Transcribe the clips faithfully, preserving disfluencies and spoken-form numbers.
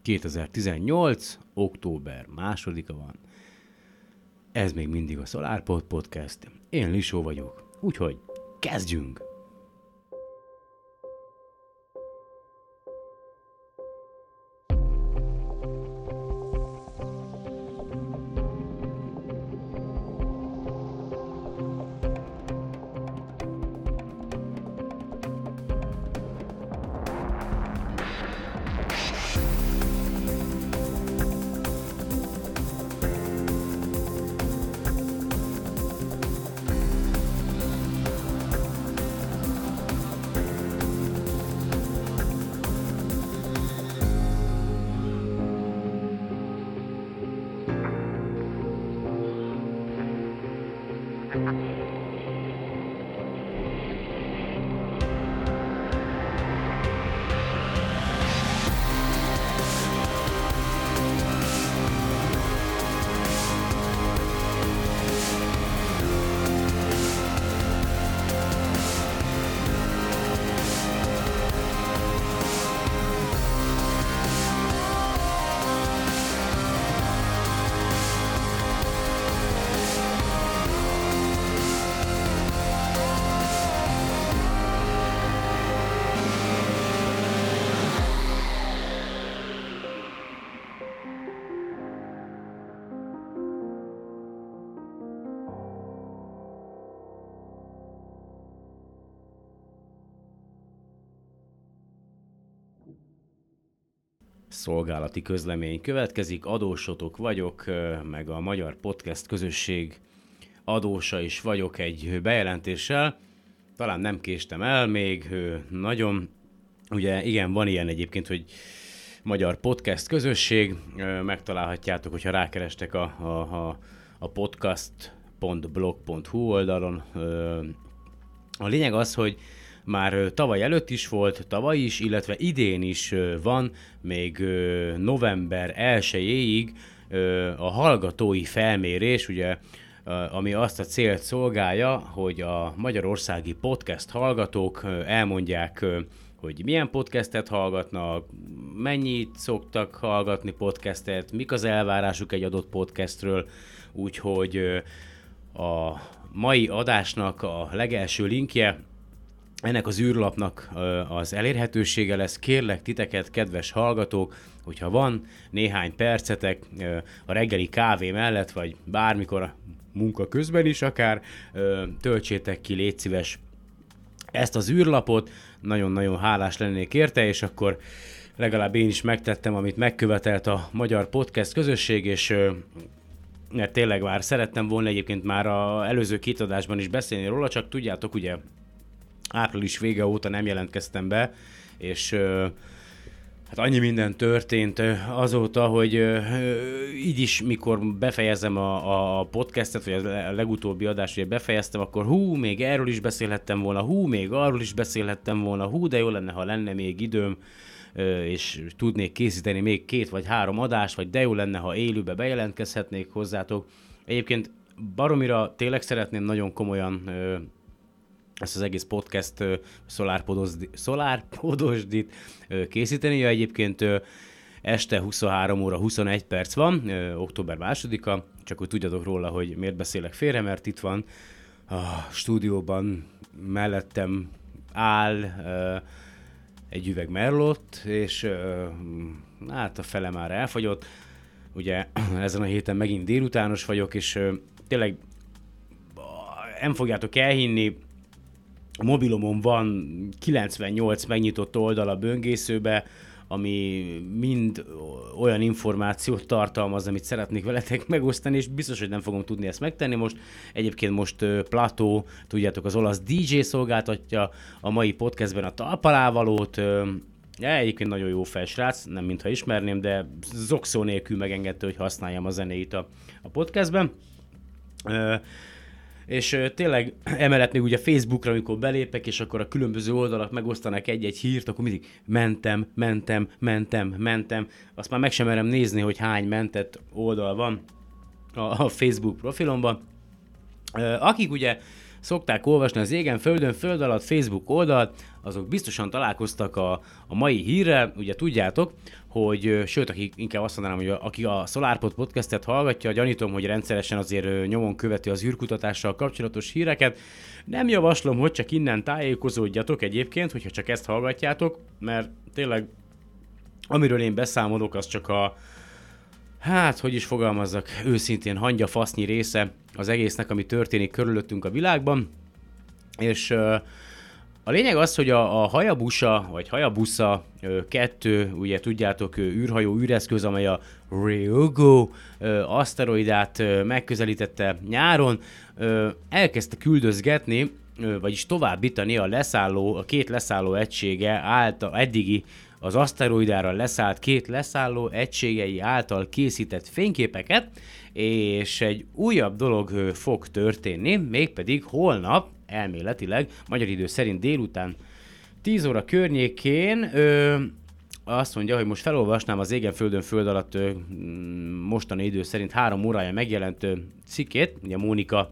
kétezer-tizennyolc. október másodika van. Ez még mindig a SolarPod Podcast. Én Lisó vagyok, úgyhogy kezdjünk! Szolgálati közlemény következik, adósotok vagyok, meg a Magyar Podcast Közösség adósa is vagyok egy bejelentéssel. Talán nem késtem el még nagyon. Ugye igen, van ilyen egyébként, hogy Magyar Podcast Közösség, megtalálhatjátok, hogyha rákerestek a, a, a, a podcast pont blog pont hu oldalon. A lényeg az, hogy már tavaly előtt is volt, tavaly is, illetve idén is van, még november elsejéig a hallgatói felmérés, ugye, ami azt a célt szolgálja, hogy a magyarországi podcast hallgatók elmondják, hogy milyen podcastet hallgatnak, mennyit szoktak hallgatni podcastet, mik az elvárásuk egy adott podcastről, úgyhogy a mai adásnak a legelső linkje ennek az űrlapnak az elérhetősége lesz. Kérlek titeket, kedves hallgatók, hogyha van néhány percetek a reggeli kávé mellett, vagy bármikor a munka közben is akár, töltsétek ki, légy szíves, ezt az űrlapot, nagyon-nagyon hálás lennék érte, és akkor legalább én is megtettem, amit megkövetelt a Magyar Podcast Közösség, és mert tényleg már szerettem volna egyébként már az előző két adásban is beszélni róla, csak tudjátok, ugye április vége óta nem jelentkeztem be, és uh, hát annyi minden történt azóta, hogy uh, így is, mikor befejezem a, a podcastet, vagy a legutóbbi adást, ugye befejeztem, akkor hú, még erről is beszélhettem volna, hú, még arról is beszélhettem volna, hú, de jó lenne, ha lenne még időm, uh, és tudnék készíteni még két vagy három adást, vagy de jó lenne, ha élőbe bejelentkezhetnék hozzátok. Egyébként baromira tényleg szeretném nagyon komolyan uh, ezt az egész podcast uh, SolarPodosdit uh, készíteni. Ja, egyébként uh, este huszonhárom óra huszonegy perc van, uh, október másodika, csak hogy tudjatok róla, hogy miért beszélek félre, mert itt van a stúdióban mellettem áll uh, egy üveg Merlot, és uh, hát a fele már elfogyott. Ugye ezen a héten megint délutános vagyok, és uh, tényleg nem fogjátok elhinni, a mobilomon van kilencvennyolc megnyitott oldal a böngészőbe, ami mind olyan információt tartalmaz, amit szeretnék veletek megosztani, és biztos, hogy nem fogom tudni ezt megtenni most. Egyébként most uh, Plató, tudjátok, az olasz dé dzsé szolgáltatja a mai podcastben a talpalávalót. Uh, egyébként nagyon jó felsrác, nem mintha ismerném, de zokszó nélkül megengedte, hogy használjam a zenéit a, a podcastben. Uh, És uh, tényleg emellett még ugye Facebookra, amikor belépek, és akkor a különböző oldalak megosztanak egy-egy hírt, akkor mindig mentem, mentem, mentem, mentem. Azt már meg sem merem nézni, hogy hány mentett oldal van a, a Facebook profilomban. Uh, akik ugye szokták olvasni az Égen, Földön, Föld alatt Facebook oldalt, azok biztosan találkoztak a, a mai hírrel. Ugye tudjátok, hogy sőt, akik inkább azt mondanám, hogy a, aki a SolarPod podcastet hallgatja, gyanítom, hogy rendszeresen azért nyomon követi az űrkutatással kapcsolatos híreket. Nem javaslom, hogy csak innen tájékozódjatok egyébként, hogyha csak ezt hallgatjátok, mert tényleg amiről én beszámolok, az csak a, hát, hogy is fogalmazzak, őszintén hangya fasznyi része az egésznek, ami történik körülöttünk a világban. És uh, a lényeg az, hogy a, a Hayabusa, vagy Hayabusa kettő, ugye tudjátok, űrhajó, űreszköz, amely a Ryugu aszteroidát megközelítette nyáron, elkezdte küldözgetni, vagyis továbbítani a leszálló, a két leszálló egysége által, eddigi az aszteroidára leszállt két leszálló egységei által készített fényképeket, és egy újabb dolog fog történni, mégpedig holnap, elméletileg, magyar idő szerint délután tíz óra környékén, ö, azt mondja, hogy most felolvasnám az Égen, Földön, Föld alatt ö, mostani idő szerint három órája megjelent ö, cikkét, ugye Mónika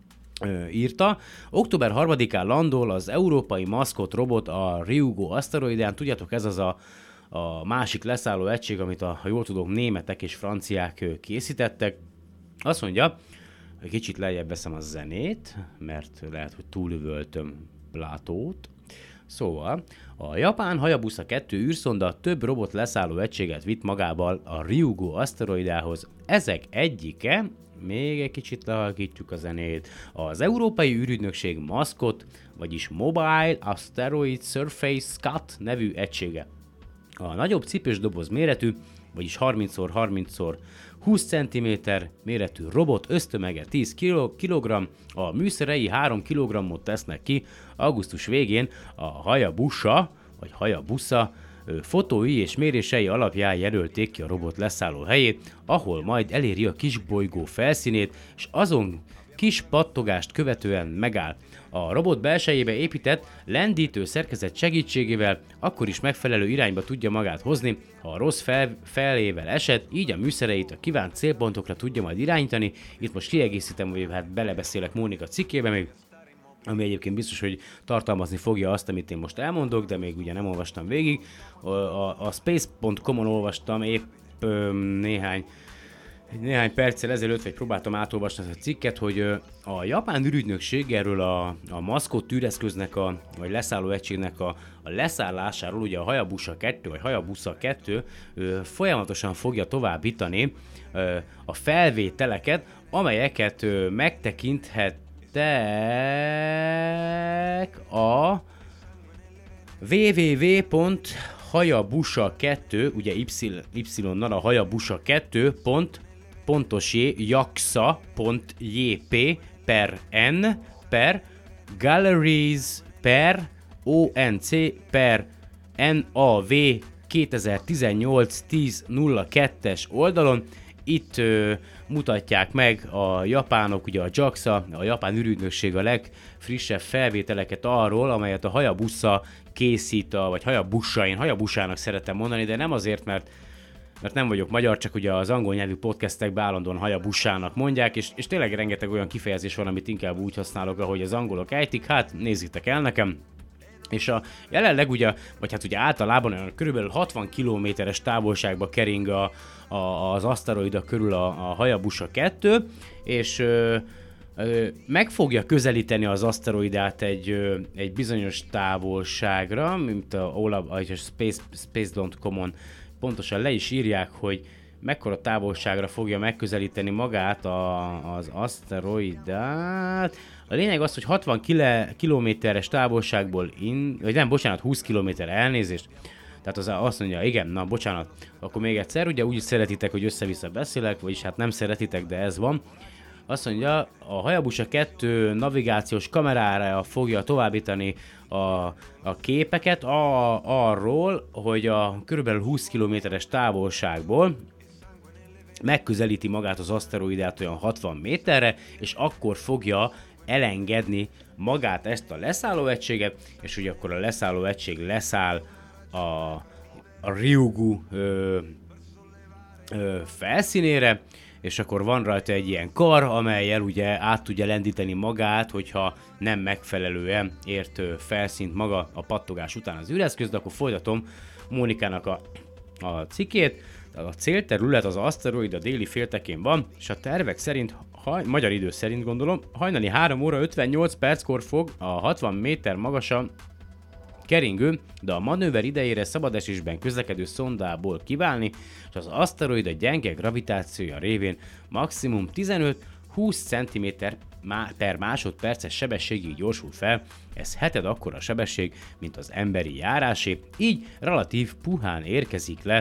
ö, írta. október harmadikán landol az európai maszkot robot a Ryugu aszteroidán. Tudjátok, ez az a, a másik leszálló egység, amit a, ha jól tudom, németek és franciák ö, készítettek. Azt mondja, hogy kicsit lejjebb veszem a zenét, mert lehet, hogy túlüvöltöm Plátót. Szóval, a japán Hayabusa kettő űrszonda több robot leszálló egységet vitt magával a Ryugu aszteroidához. Ezek egyike, még egy kicsit lehalkítjuk a zenét, az Európai űrügynökség maszkot, vagyis Mobile Asteroid Surface Scat nevű egysége. A nagyobb cipős doboz méretű, vagyis harminc szor harminc szor húsz centiméter méretű robot ösztömege tíz kilogramm, a műszerei három kilogrammot tesznek ki. Augusztus végén a Hayabusa, vagy Hayabusa fotói és mérései alapján jelölték ki a robot leszálló helyét, ahol majd eléri a kisbolygó felszínét, és azon kis pattogást követően megáll. A robot belsejébe épített lendítő szerkezet segítségével akkor is megfelelő irányba tudja magát hozni, ha a rossz fel, felével esett, így a műszereit a kívánt célpontokra tudja majd irányítani. Itt most kiegészítem, hogy hát belebeszélek Mónika cikkébe még, ami egyébként biztos, hogy tartalmazni fogja azt, amit én most elmondok, de még ugye nem olvastam végig. A, a, a space pont com-on olvastam épp ö, néhány Néhány perccel ezelőtt, vagy próbáltam átolvasni ezt a cikket, hogy a japán űrügynökség erről a, a maszkot űreszköznek, a, vagy leszálló egységnek a, a leszállásáról, ugye a Hayabusa kettő, vagy Hayabusa kettő ö, folyamatosan fogja továbbítani ö, a felvételeket, amelyeket ö, megtekinthettek a www pont hayabusa kettő, ugye Y-nal a Hayabusa kettő pont pontosé jaksa.jp per n per galleries per onc per nav kétezer-tizennyolc tíz nulla kettes oldalon. Itt ö, mutatják meg a japánok, ugye a jaksa, a japán űrügynökség a legfrissebb felvételeket arról, amelyet a Hayabusa készít, a, vagy Hayabusa, én Hayabusának szeretem mondani, de nem azért, mert mert nem vagyok magyar, csak ugye az angol nyelvű podcastekben állandóan Hayabusának mondják, és, és tényleg rengeteg olyan kifejezés van, amit inkább úgy használok, ahogy az angolok ejtik, hát nézzétek el nekem. És a jelenleg ugye, vagy hát ugye általában olyan körülbelül hatvan kilométeres távolságba kering a, a, az aszteroida körül a, a Hayabusa kettő, és ö, ö, meg fogja közelíteni az aszteroidát egy, ö, egy bizonyos távolságra, mint a, a space, space pont com-on pontosan le is írják, hogy mekkora távolságra fogja megközelíteni magát a, az aszteroidát. A lényeg az, hogy hatvan kilométeres távolságból, in, vagy nem, bocsánat, húsz kilométer, elnézést. Tehát az azt mondja, igen, na bocsánat, akkor még egyszer, ugye úgy szeretitek, hogy össze-vissza beszélek, vagyis hát nem szeretitek, de ez van. Azt mondja, a Hayabusa kettő navigációs kamerára fogja továbbítani a, a képeket a, arról, hogy a körülbelül húsz kilométeres távolságból megközelíti magát az aszteroidát olyan hatvan méterre, és akkor fogja elengedni magát ezt a leszállóegységet, és ugye akkor a leszállóegység leszáll a, a Ryugu ö, ö, felszínére, és akkor van rajta egy ilyen kar, amellyel ugye át tudja lendíteni magát, hogyha nem megfelelően ért ö, felszínt maga a pattogás után az üreszköz, de akkor folytatom Mónikának a, a cikkét. A célterület az aszteroida déli féltekén van, és a tervek szerint, haj, magyar idő szerint gondolom, hajnali három óra ötvennyolc perckor fog a hatvan méter magasan keringő, de a manőver idejére szabadesésben közlekedő szondából kiválni, és az aszteroida gyenge gravitációja révén maximum tizenöt-húsz centiméter per másodperces sebességig gyorsul fel, ez heted akkora sebesség, mint az emberi járásé, így relatív puhán érkezik le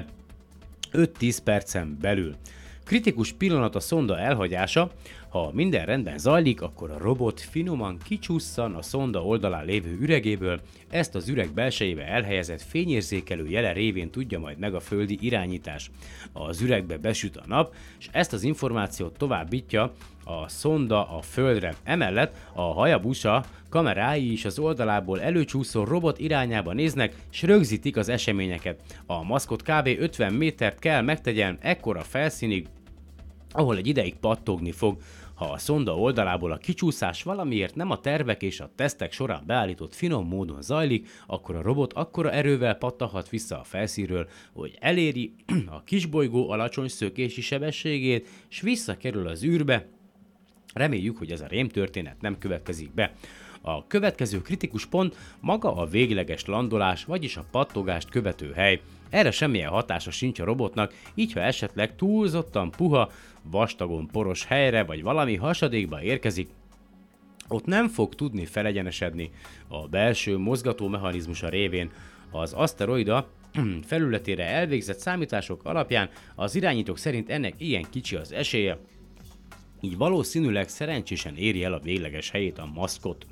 öt-tíz percen belül. Kritikus pillanat a szonda elhagyása, ha minden rendben zajlik, akkor a robot finoman kicsusszan a szonda oldalán lévő üregéből, ezt az üreg belsejébe elhelyezett fényérzékelő jele révén tudja majd meg a földi irányítás. Az üregbe besüt a nap, és ezt az információt továbbítja a szonda a földre. Emellett a Hayabusa kamerái is az oldalából előcsúszó robot irányába néznek, és rögzítik az eseményeket. A maszkot kb. ötven métert kell megtegyen ekkora felszínig, ahol egy ideig pattogni fog. Ha a szonda oldalából a kicsúszás valamiért nem a tervek és a tesztek során beállított finom módon zajlik, akkor a robot akkora erővel pattoghat vissza a felszínről, hogy eléri a kisbolygó alacsony szökési sebességét, és visszakerül az űrbe. Reméljük, hogy ez a rémtörténet nem következik be. A következő kritikus pont maga a végleges landolás, vagyis a pattogást követő hely. Erre semmilyen hatása sincs a robotnak, így ha esetleg túlzottan puha, vastagon poros helyre vagy valami hasadékba érkezik, ott nem fog tudni felegyenesedni. A belső mozgató mechanizmusa révén az aszteroida felületére elvégzett számítások alapján az irányítók szerint ennek ilyen kicsi az esélye, így valószínűleg szerencsésen éri el a végleges helyét a maszkot.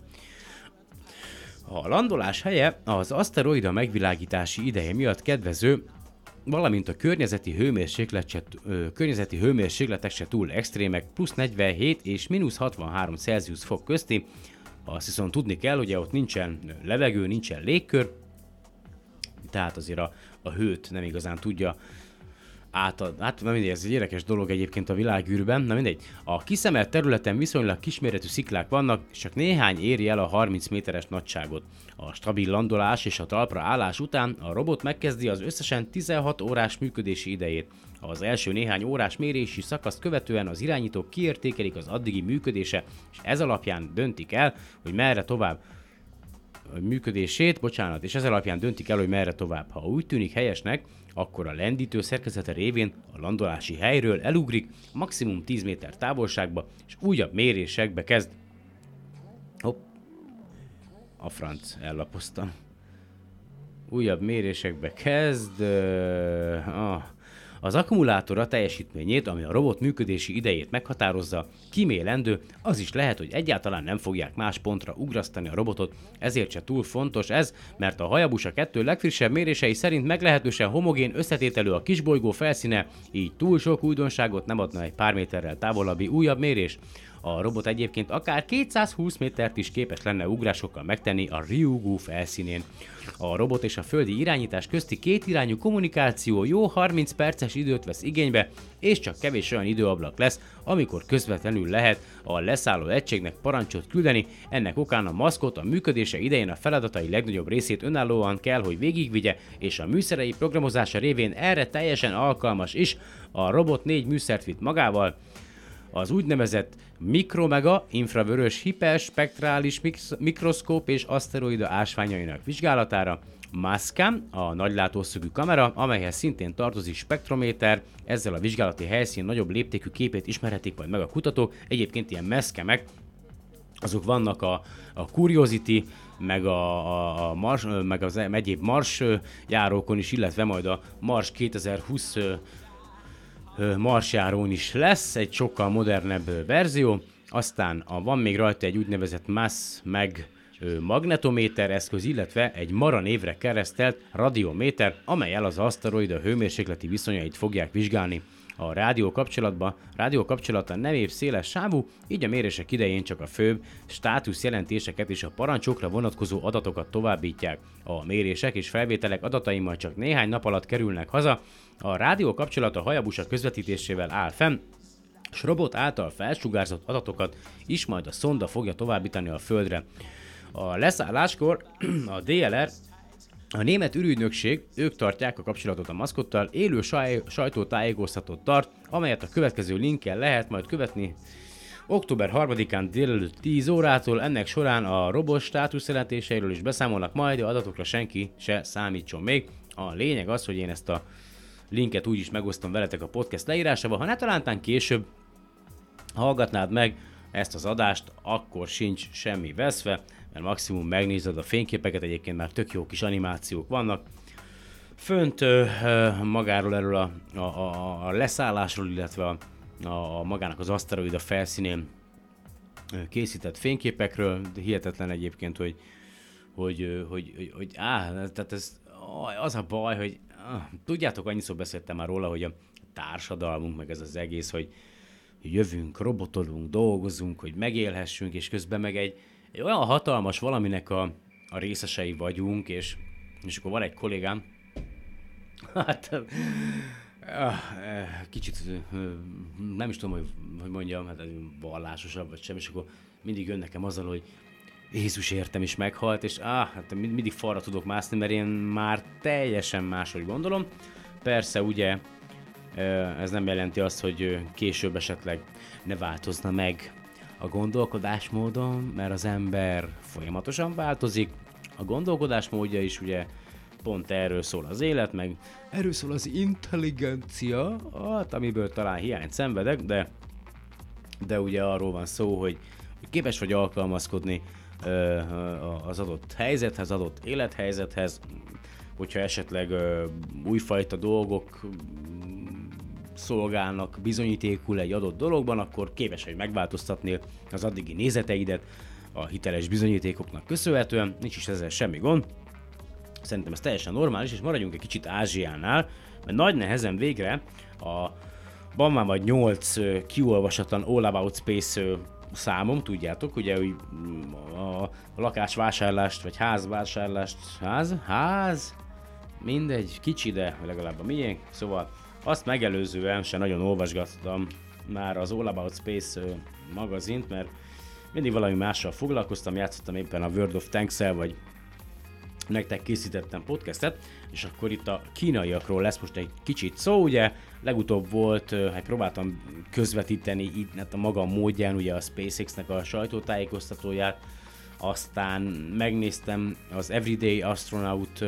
A landolás helye az aszteroida megvilágítási ideje miatt kedvező, valamint a környezeti, hőmérséklet se, ö, környezeti hőmérsékletek se túl extrémek, plusz negyvenhét és mínusz hatvanhárom Celsius fok közti. Azt viszont tudni kell, hogy ott nincsen levegő, nincsen légkör, tehát azért a, a hőt nem igazán tudja átad. Hát na mindegy, ez egy érdekes dolog egyébként a világűrben. Na mindegy, a kiszemelt területen viszonylag kisméretű sziklák vannak, és csak néhány éri el a harminc méteres nagyságot. A stabil landolás és a talpra állás után a robot megkezdi az összesen tizenhat órás működési idejét. Az első néhány órás mérési szakaszt követően az irányítók kiértékelik az addigi működése, és ez alapján döntik el, hogy merre tovább működését, bocsánat, és ez alapján döntik el, hogy merre tovább. Ha úgy tűnik helyesnek, akkor a lendítő szerkezete révén a landolási helyről elugrik maximum tíz méter távolságba, és újabb mérésekbe kezd. Hopp, a franc, ellapoztam. Újabb mérésekbe kezd. Uh, ah. Az akkumulátora teljesítményét, ami a robot működési idejét meghatározza, kímélendő, az is lehet, hogy egyáltalán nem fogják más pontra ugrasztani a robotot, ezért se túl fontos ez, mert a Hayabusa kettő legfrissebb mérései szerint meglehetősen homogén összetételű a kisbolygó felszíne, így túl sok újdonságot nem adna egy pár méterrel távolabbi újabb mérés. A robot egyébként akár kétszázhúsz métert is képes lenne ugrásokkal megtenni a Ryugu felszínén. A robot és a földi irányítás közti kétirányú kommunikáció jó harminc perces időt vesz igénybe, és csak kevés olyan időablak lesz, amikor közvetlenül lehet a leszálló egységnek parancsot küldeni, ennek okán a maszkot a működése idején a feladatai legnagyobb részét önállóan kell, hogy végigvigye, és a műszerei programozása révén erre teljesen alkalmas is. A robot négy műszert vitt magával, az úgynevezett mikromega infravörös hiperspektrális mikroszkóp és aszteroida ásványainak vizsgálatára, Mastcam, a nagylátószögű kamera, amelyhez szintén tartozik spektrométer, ezzel a vizsgálati helyszín nagyobb léptékű képét ismerhetik majd meg a kutatók. Egyébként ilyen Mastcamek, azok vannak a, a Curiosity, meg, a, a, a Mars, meg az egyéb Mars járókon is, illetve majd a Mars kétezer-húsz marsjárón is lesz egy sokkal modernebb verzió, aztán a, van még rajta egy úgynevezett Mass meg magnetométer eszköz, illetve egy Mara névre keresztelt radiométer, amellyel az aszteroida hőmérsékleti viszonyait fogják vizsgálni. a rádió kapcsolatba. Rádió kapcsolata nem épp széles sávú, így a mérések idején csak a főbb státuszjelentéseket és a parancsokra vonatkozó adatokat továbbítják. A mérések és felvételek adataimmal csak néhány nap alatt kerülnek haza. A rádió kapcsolata Hayabusa közvetítésével áll fenn, s robot által felsugárzott adatokat is majd a szonda fogja továbbítani a Földre. A leszálláskor a dé el er, a német ürügynökség, ők tartják a kapcsolatot a maszkottal, élő saj, sajtótájékoztatót tart, amelyet a következő linkkel lehet majd követni. október harmadikán délelőtt tíz órától ennek során a robot státuszjelentéseiről is beszámolnak, majd a adatokra senki se számítson még. A lényeg az, hogy én ezt a linket úgyis megosztom veletek a podcast leírásában, ha ne talántán később hallgatnád meg ezt az adást, akkor sincs semmi veszve, mert maximum megnézed a fényképeket, egyébként már tök jó kis animációk vannak. Fönt ö, ö, magáról erről a, a, a, a leszállásról, illetve a, a, a magának az aszteroida felszínén készített fényképekről, de hihetetlen egyébként, hogy hogy, hogy, hogy, hogy á, tehát ez az a baj, hogy ah, tudjátok, annyiszor beszéltem már róla, hogy a társadalmunk, meg ez az egész, hogy jövünk, robotolunk, dolgozunk, hogy megélhessünk, és közben meg egy, egy olyan hatalmas valaminek a, a részesei vagyunk, és, és akkor van egy kollégám, hát kicsit nem is tudom, hogy, hogy mondjam, hát vallásosabb vagy sem, és akkor mindig jön nekem azzal, hogy Jézus értem is meghalt, és áh, hát mindig falra tudok mászni, mert én már teljesen máshogy gondolom. Persze ugye ez nem jelenti azt, hogy később esetleg ne változna meg a gondolkodásmódon, mert az ember folyamatosan változik. A gondolkodásmódja is ugye pont erről szól az élet, meg erről szól az intelligencia, hát, amiből talán hiányt szenvedek, de, de ugye arról van szó, hogy képes vagy alkalmazkodni az adott helyzethez, adott élethelyzethez, hogyha esetleg újfajta dolgok szolgálnak bizonyítékul egy adott dologban, akkor képes vagy megváltoztatni az addigi nézeteidet a hiteles bizonyítékoknak köszönhetően, nincs is ezzel semmi gond. Szerintem ez teljesen normális, és maradjunk egy kicsit Ázsiánál, mert nagy nehezen végre a van már vagy nyolc kiolvasatlan All About Space számom, tudjátok, ugye hogy a lakásvásárlást, vagy házvásárlást, ház, ház, mindegy, kicsi, de legalább a miénk, szóval azt megelőzően sem nagyon olvasgattam már az All About Space magazint, mert mindig valami mással foglalkoztam, játszottam éppen a World of Tanks-el, vagy nektek készítettem podcastet, és akkor itt a kínaiakról lesz most egy kicsit szó, ugye legutóbb volt, hát próbáltam közvetíteni itt hát a magam módján ugye a SpaceX-nek a sajtótájékoztatóját, aztán megnéztem az Everyday Astronaut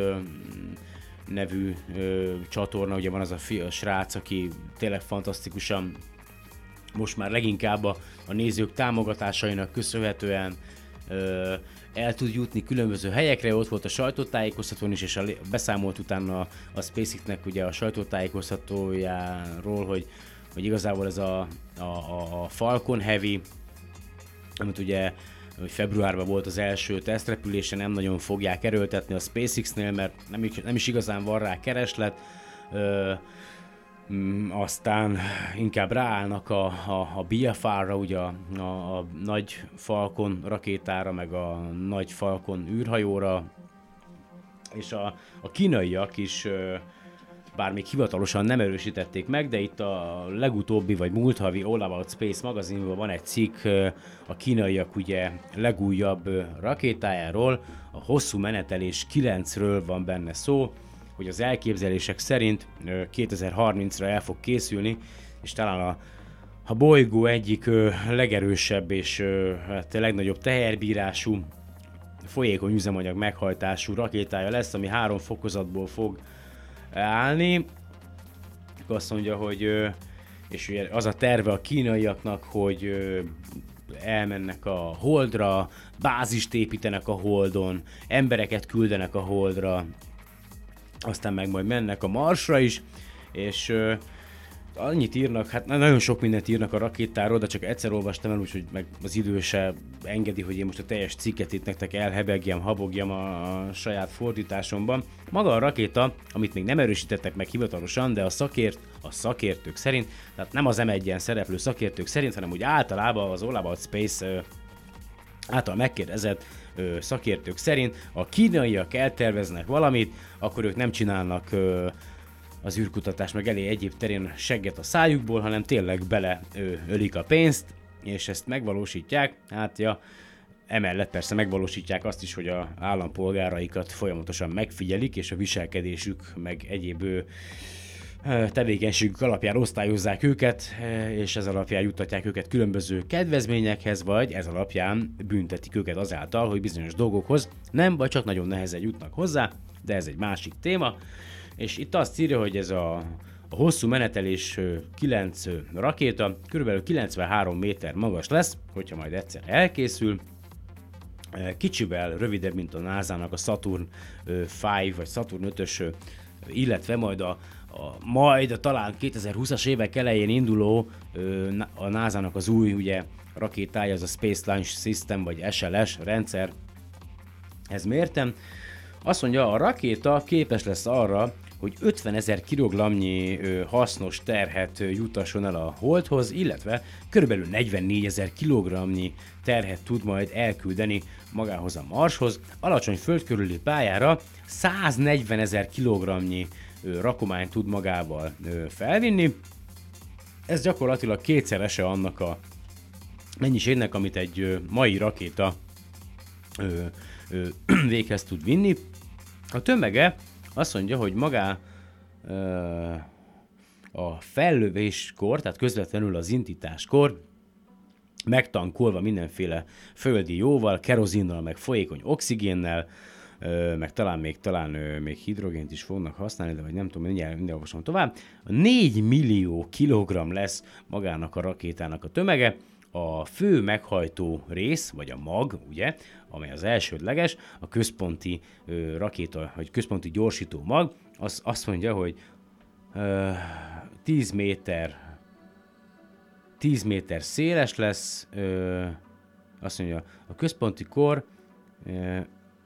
nevű ö, csatorna, ugye van az a, fi, a srác, aki tényleg fantasztikusan most már leginkább a, a nézők támogatásainak köszönhetően ö, el tud jutni különböző helyekre, ott volt a sajtótájékoztatón is, és a, beszámolt utána a, a SpaceX-nek ugye a sajtótájékoztatójáról, hogy, hogy igazából ez a, a, a Falcon Heavy, amit ugye hogy februárban volt az első tesztrepülése, nem nagyon fogják erőltetni a SpaceX-nél, mert nem, nem is igazán van rá kereslet, ö, m, aztán inkább ráállnak a, a, a bé ef er-ra, ugye a, a, a nagy Falcon rakétára, meg a nagy Falcon űrhajóra, és a, a kínaiak is, ö, bár még hivatalosan nem erősítették meg, de itt a legutóbbi vagy múlt havi All About Space magazinban van egy cikk a kínaiak ugye legújabb rakétájáról, a hosszú menetelés kilencről van benne szó, hogy az elképzelések szerint kétezer-harmincra el fog készülni, és talán a, a bolygó egyik legerősebb és hát legnagyobb teherbírású, folyékony üzemanyag meghajtású rakétája lesz, ami három fokozatból fog állni. Azt mondja, hogy és ugye az a terve a kínaiaknak, hogy elmennek a Holdra, bázist építenek a Holdon, embereket küldenek a Holdra, aztán meg majd mennek a Marsra is, és annyit írnak, hát nagyon sok mindent írnak a rakétáról, de csak egyszer olvastam el, úgyhogy meg az idő se engedi, hogy én most a teljes cikket itt nektek elhebegjem, habogjam a, a saját fordításomban. Maga a rakéta, amit még nem erősítettek meg hivatalosan, de a szakért, a szakértők szerint, tehát nem az em egyen szereplő szakértők szerint, hanem úgy általában az All About Space ö, által megkérdezett ö, szakértők szerint, a kínaiak elterveznek valamit, akkor ők nem csinálnak ö, az űrkutatás meg elé egyéb terén segget a szájukból, hanem tényleg bele ö, ölik a pénzt, és ezt megvalósítják. Hát ja, emellett persze megvalósítják azt is, hogy a állampolgáraikat folyamatosan megfigyelik, és a viselkedésük meg egyéb ö, tevékenységük alapján osztályozzák őket, és ez alapján juttatják őket különböző kedvezményekhez, vagy ez alapján büntetik őket azáltal, hogy bizonyos dolgokhoz nem, vagy csak nagyon nehezen jutnak hozzá, de ez egy másik téma. És itt azt írja, hogy ez a, a hosszú menetelés kilenc rakéta kb. kilencvenhárom méter magas lesz, hogyha majd egyszer elkészül. Kicsivel rövidebb, mint a nászának a Saturn öt vagy Saturn ötös, illetve majd a, a majd a talán kétezer-húszas évek elején induló a nászának az új ugye rakétája, az a Space Launch System vagy es el es rendszer. Ez mértem. Azt mondja, a rakéta képes lesz arra, hogy ötvenezer kilogramnyi hasznos terhet jutasson el a Holdhoz, illetve körülbelül negyvennégyezer kilogramnyi terhet tud majd elküldeni magához a Marshoz. Alacsony föld körüli pályára száznegyvenezer kilogramnyi rakományt tud magával felvinni. Ez gyakorlatilag kétszerese annak a mennyiségnek, amit egy mai rakéta véghez tud vinni. A tömege azt mondja, hogy magá ö, a fellövéskor, tehát közvetlenül az indításkor, megtankolva mindenféle földi jóval, kerozinnal, meg folyékony oxigénnel, ö, meg talán még, talán ö, még hidrogént is fognak használni, de vagy nem tudom, mindjárt, mindjárt olvasom tovább. négy millió kilogramm lesz magának a rakétának a tömege. A fő meghajtó rész, vagy a mag, ugye, amely az elsődleges, a központi ö, rakéta, vagy központi gyorsító mag, az azt mondja, hogy ö, tíz méter tíz méter széles lesz, ö, azt mondja, a központi kor, ö,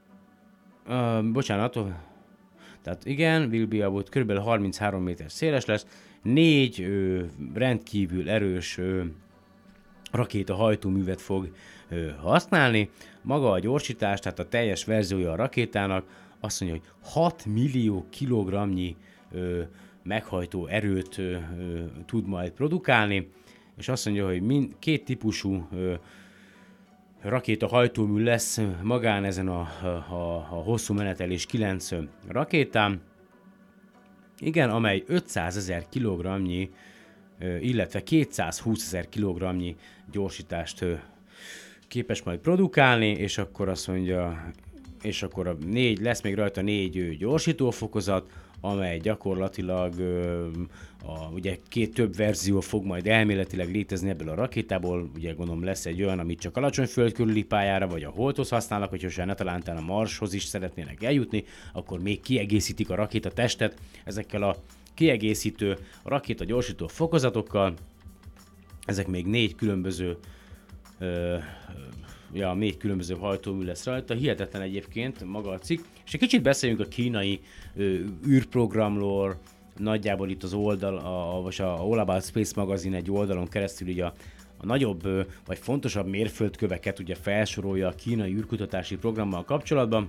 ö, bocsánat, tehát igen, will be about kb. harminchárom méter széles lesz, négy ö, rendkívül erős ö, rakéta hajtóművet fog ö, használni. Maga a gyorsítás, tehát a teljes verziója a rakétának azt mondja, hogy hat millió kilogramnyi ö, meghajtó erőt ö, ö, tud majd produkálni, és azt mondja, hogy mind, két típusú ö, rakéta hajtómű lesz magán ezen a, a, a hosszú menetelés kilenc rakétán. Igen, amely ötszázezer kilogramnyi illetve kétszázhúszezer kilogramnyi gyorsítást képes majd produkálni, és akkor azt mondja, és akkor a négy, lesz még rajta négy gyorsítófokozat, amely gyakorlatilag a, ugye két több verzió fog majd elméletileg létezni ebből a rakétából, ugye gondolom lesz egy olyan, amit csak alacsony föld körüli pályára, vagy a Holdhoz használnak, vagy hogyha ne talántán a Marshoz is szeretnének eljutni, akkor még kiegészítik a rakéta testet ezekkel a kiegészítő rakéta gyorsító fokozatokkal. Ezek még négy különböző ö, ja, négy különböző hajtómű lesz rajta. Hihetetlen egyébként maga a cikk. És egy kicsit beszéljünk a kínai ö, űrprogramról, nagyjából itt az oldal, a, vagy a All About Space magazin egy oldalon keresztül így a, a nagyobb ö, vagy fontosabb mérföldköveket ugye felsorolja a kínai űrkutatási programmal kapcsolatban.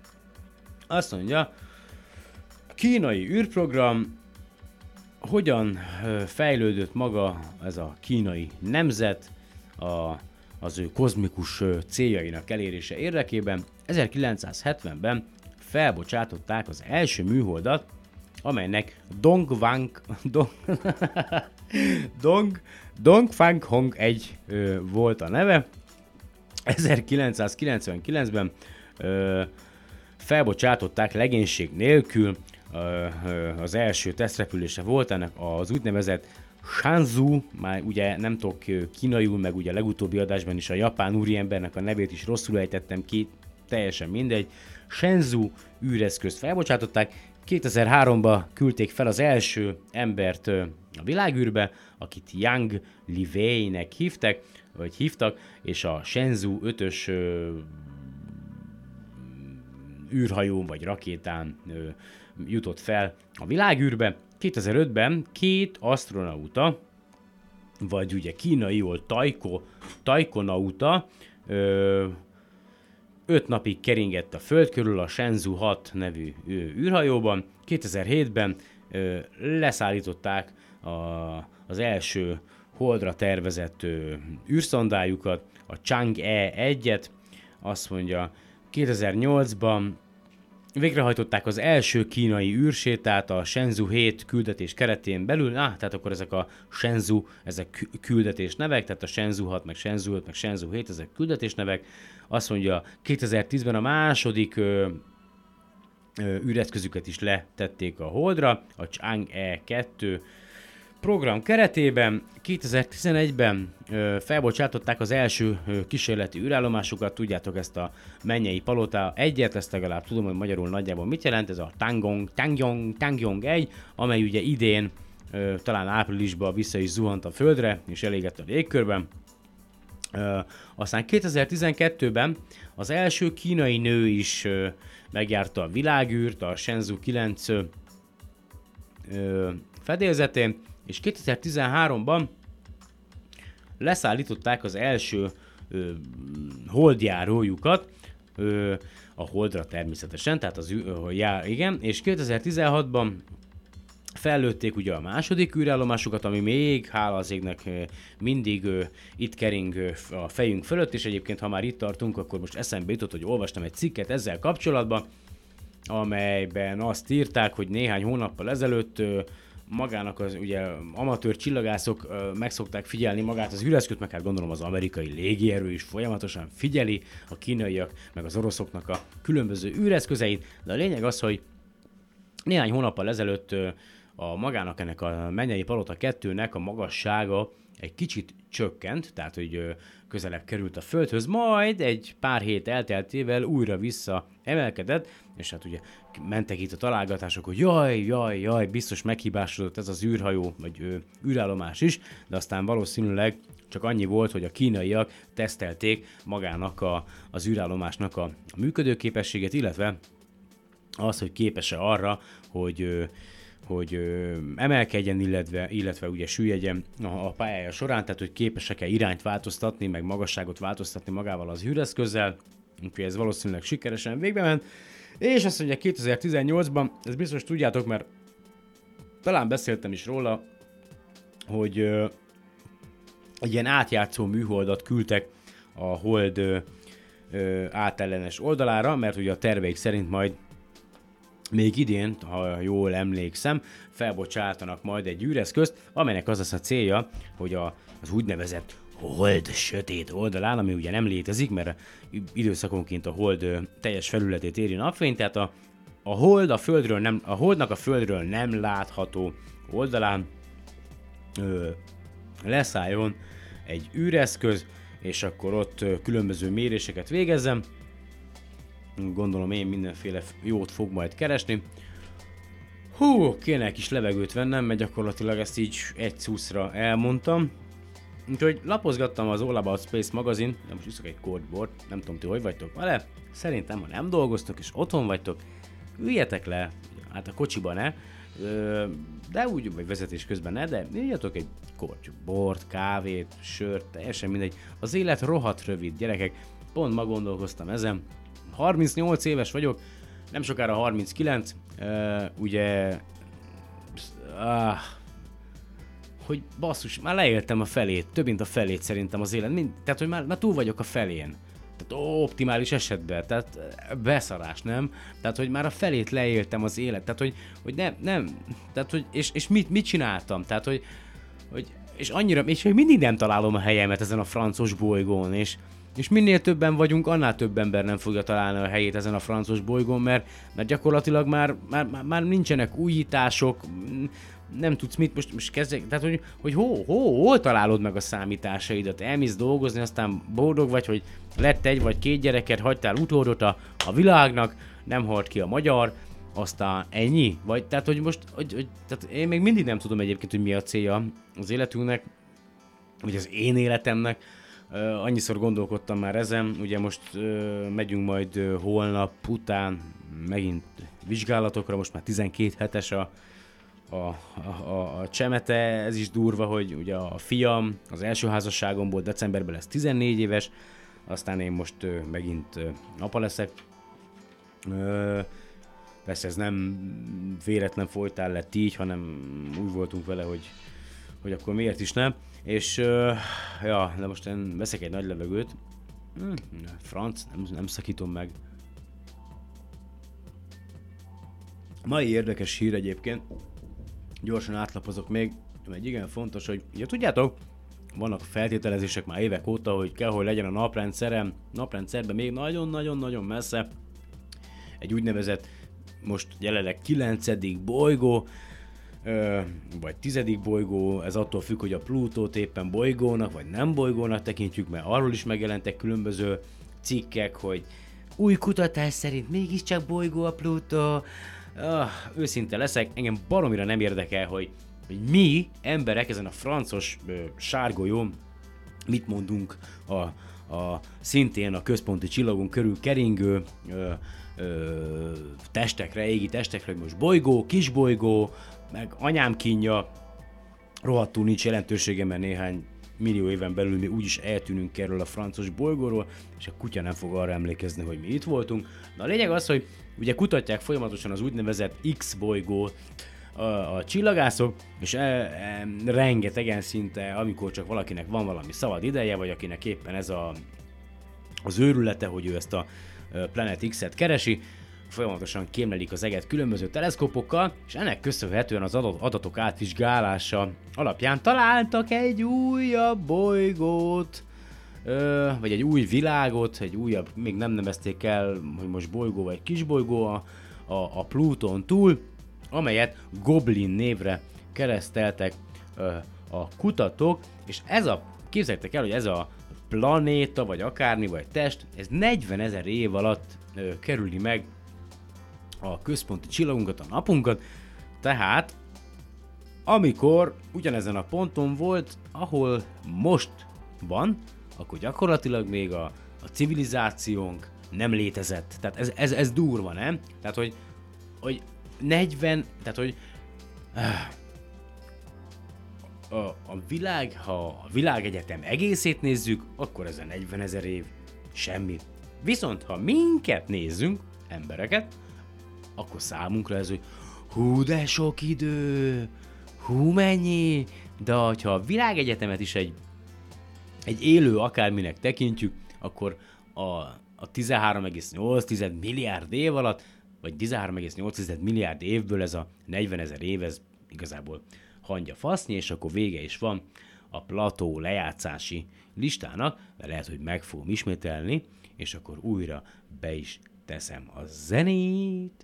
Azt mondja, a kínai űrprogram hogyan fejlődött maga ez a kínai nemzet a, az ő kozmikus céljainak elérése érdekében. ezerkilencszázhetvenben felbocsátották az első műholdat, amelynek Dongfang Dong, Dong, Dongfang Hong egy ö, volt a neve. ezerkilencszázkilencvenkilencben ö, felbocsátották legénység nélkül. Az első tesztrepülése volt ennek az úgynevezett Shenzhou, már ugye nem tudok kínaiul, meg ugye a legutóbbi adásban is a japán úriembernek a nevét is rosszul ejtettem ki, teljesen mindegy. Shenzhou űreszközt felbocsátották, kétezer-háromban küldték fel az első embert a világűrbe, akit Yang Liwei-nek hívtak, vagy hívtak, és a Shenzhou ötös űrhajón vagy rakétán ö, jutott fel a világűrbe. kétezer-ötben két asztronauta, vagy ugye kínaiul Taiko, Taikonauta, ö, öt napig keringett a Föld körül a Shenzhou hat nevű ö, űrhajóban. kétezer-hétben ö, leszállították a, az első Holdra tervezett ö, űrszondájukat, a Chang'e egyet, azt mondja, kétezer-nyolcban végrehajtották az első kínai űrsétát a Shenzhou hét küldetés keretén belül. Ah, tehát akkor ezek a Shenzhou, ezek küldetés nevek, tehát a Shenzhou hat, meg Shenzhou öt, meg Shenzhou hét, ezek küldetés nevek. Azt mondja, kétezer-tízben a második ö, ö, űreszközüket is letették a Holdra, a Chang'e kettő program keretében. kétezer-tizenegyben ö, felbocsátották az első ö, kísérleti űrállomásukat, tudjátok ezt a Mennyei Palota egyet, ezt legalább tudom, hogy magyarul nagyjából mit jelent, ez a Tangyong, Tangyong, Tangyong egy, amely ugye idén, ö, talán áprilisban vissza is zuhant a Földre, és elégett a légkörben. Ö, aztán kétezer-tizenkettőben az első kínai nő is ö, megjárta a világűrt, a Shenzhou kilenc ö, fedélzetén, és kétezer-tizenháromban leszállították az első ö, holdjárójukat ö, a Holdra természetesen, tehát az ö, já, igen, és kétezer-tizenhatban fellőtték ugye a második űrállomásukat, ami még, hála az égnek, mindig ö, itt kering ö, a fejünk fölött, és egyébként ha már itt tartunk, akkor most eszembe jutott, hogy olvastam egy cikket ezzel kapcsolatban, amelyben azt írták, hogy néhány hónappal ezelőtt ö, magának az ugye amatőr csillagászok ö, meg szokták figyelni magát az űreszközt, meg hát gondolom az amerikai légierő is folyamatosan figyeli a kínaiak, meg az oroszoknak a különböző űreszközeit, de a lényeg az, hogy néhány hónappal ezelőtt ö, a magának ennek a Mennyei Palota kettőnek a magassága egy kicsit csökkent, tehát hogy ö, közelebb került a Földhöz, majd egy pár hét elteltével újra vissza emelkedett, és hát ugye mentek itt a találgatások, hogy jaj, jaj, jaj, biztos meghibásodott ez az űrhajó, vagy ö, űrállomás is, de aztán valószínűleg csak annyi volt, hogy a kínaiak tesztelték magának a, az űrállomásnak a működőképességet, illetve az, hogy képes-e arra, hogy ö, hogy ö, emelkedjen, illetve, illetve ugye süllyedjen a, a pályája során, tehát hogy képesek-e irányt változtatni, meg magasságot változtatni magával az űreszközzel, úgyhogy ez valószínűleg sikeresen végbe ment. És azt mondja, kétezer-tizennyolcban, ezt biztos tudjátok, mert talán beszéltem is róla, hogy ö, egy ilyen átjátszó műholdat küldtek a Hold ö, ö, átellenes oldalára, mert ugye a terveik szerint majd még idén, ha jól emlékszem, felbocsátanak majd egy űreszközt, amelynek az lesz a célja, hogy a, az úgynevezett Hold sötét oldalán, ami ugye nem létezik, mert időszakonként a Hold ö, teljes felületét éri napfény, tehát a, a Hold a Földről nem, a Holdnak a Földről nem látható oldalán ö, leszálljon egy űreszköz, és akkor ott ö, különböző méréseket végezzem. Gondolom én mindenféle jót fog majd keresni. Hú, kéne egy kis levegőt vennem, mert gyakorlatilag ezt így egy szuszra elmondtam. Úgyhogy lapozgattam az All About Space magazin, de most iszok egy cordboard, nem tudom ti hogy vagytok vele. Szerintem ha nem dolgoztok és otthon vagytok, üljetek le, hát a kocsiba ne, de úgy, vagy vezetés közben ne, de üljetek egy cordboard, kávét, sört, teljesen mindegy. Az élet rohadt rövid, gyerekek, pont ma gondolkoztam ezen. harmincnyolc éves vagyok, nem sokára harminckilenc, uh, ugye, uh, hogy basszus, már leéltem a felét, több mint a felét szerintem az élet, mind, tehát hogy már, már túl vagyok a felén, tehát ó, optimális esetben, tehát beszarás, nem? Tehát, hogy már a felét leéltem az élet, tehát, hogy, hogy nem, nem, tehát, hogy, és, és mit, mit csináltam, tehát, hogy, hogy, és annyira, és hogy mindig nem találom a helyemet ezen a francos bolygón, és És minél többen vagyunk, annál több ember nem fogja találni a helyét ezen a francos bolygón, mert, mert gyakorlatilag már, már, már nincsenek újítások, nem tudsz mit, most, most kezdjek, tehát hogy, hogy hol, hol, hol találod meg a számításaidat, elmész dolgozni, aztán boldog vagy, hogy lett egy vagy két gyereket, hagytál utódot a, a világnak, nem halt ki a magyar, aztán ennyi? Vagy, tehát hogy most, hogy, hogy, tehát én még mindig nem tudom egyébként, hogy mi a célja az életünknek, vagy az én életemnek. Uh, annyiszor gondolkodtam már ezen, ugye most uh, megyünk majd uh, holnap után megint vizsgálatokra, most már tizenkét hetes a, a, a, a, a csemete, ez is durva, hogy ugye a fiam az első házasságomból decemberben lesz tizennégy éves, aztán én most ö, megint ö, apa leszek. Ö, persze ez nem véletlen folytán lett így, hanem úgy voltunk vele, hogy, hogy akkor miért is nem. És ö, ja, de most én veszek egy nagy levegőt. Hm, franc, nem, nem szakítom meg. Mai érdekes hír egyébként, gyorsan átlapozok még, egy igen fontos, hogy ugye tudjátok, vannak feltételezések már évek óta, hogy kell, hogy legyen a naprendszerem, naprendszerben még nagyon-nagyon-nagyon messze egy úgynevezett, most jelenleg kilencedik bolygó, ö, vagy tizedik bolygó, ez attól függ, hogy a Plutót éppen bolygónak, vagy nem bolygónak tekintjük, mert arról is megjelentek különböző cikkek, hogy új kutatás szerint mégiscsak bolygó a Plutó. Ah, őszinte leszek, engem baromira nem érdekel, hogy, hogy mi, emberek ezen a francos ö, sárgolyón mit mondunk a, a szintén a központi csillagon körül keringő ö, ö, testekre, égi testekre, hogy most bolygó, kisbolygó, meg anyám kínja, rohadtul nincs jelentősége, mert néhány millió éven belül mi úgyis eltűnünk erről a francos bolygóról, és a kutya nem fog arra emlékezni, hogy mi itt voltunk. Na a lényeg az, hogy ugye kutatják folyamatosan az úgynevezett X bolygót a, a csillagászok, és e, e, rengetegen szinte, amikor csak valakinek van valami szabad ideje, vagy akinek éppen ez a, az őrülete, hogy ő ezt a Planet X-et keresi, folyamatosan kémlelik az eget különböző teleszkópokkal, és ennek köszönhetően az adatok átvizsgálása alapján találtak egy újabb bolygót, ö, vagy egy új világot, egy újabb, még nem nevezték el, hogy most bolygó vagy kisbolygó a, a, a Pluton túl, amelyet Goblin névre kereszteltek ö, a kutatók, és ez a, képzeljétek el, hogy ez a planéta, vagy akármi, vagy test, ez negyvenezer év alatt ö, kerüli meg a központi csillagunkat, a napunkat, tehát amikor ugyanezen a ponton volt, ahol most van, akkor gyakorlatilag még a, a civilizációnk nem létezett. Tehát ez, ez, ez durva, nem? Tehát, hogy, hogy negyven, tehát, hogy a, a világ, ha a világegyetem egészét nézzük, akkor ez a negyvenezer év semmi. Viszont, ha minket nézzünk, embereket, akkor számunkra ez, hogy hú, de sok idő, hú, mennyi, de ha a világegyetemet is egy, egy élő akárminek tekintjük, akkor a, a tizenhárom egész nyolc milliárd év alatt, vagy tizenhárom egész nyolc milliárd évből ez a negyvenezer év, ez igazából hangya fasznyi, és akkor vége is van a Plató lejátszási listának, de lehet, hogy meg fogom ismételni, és akkor újra be is teszem a zenét.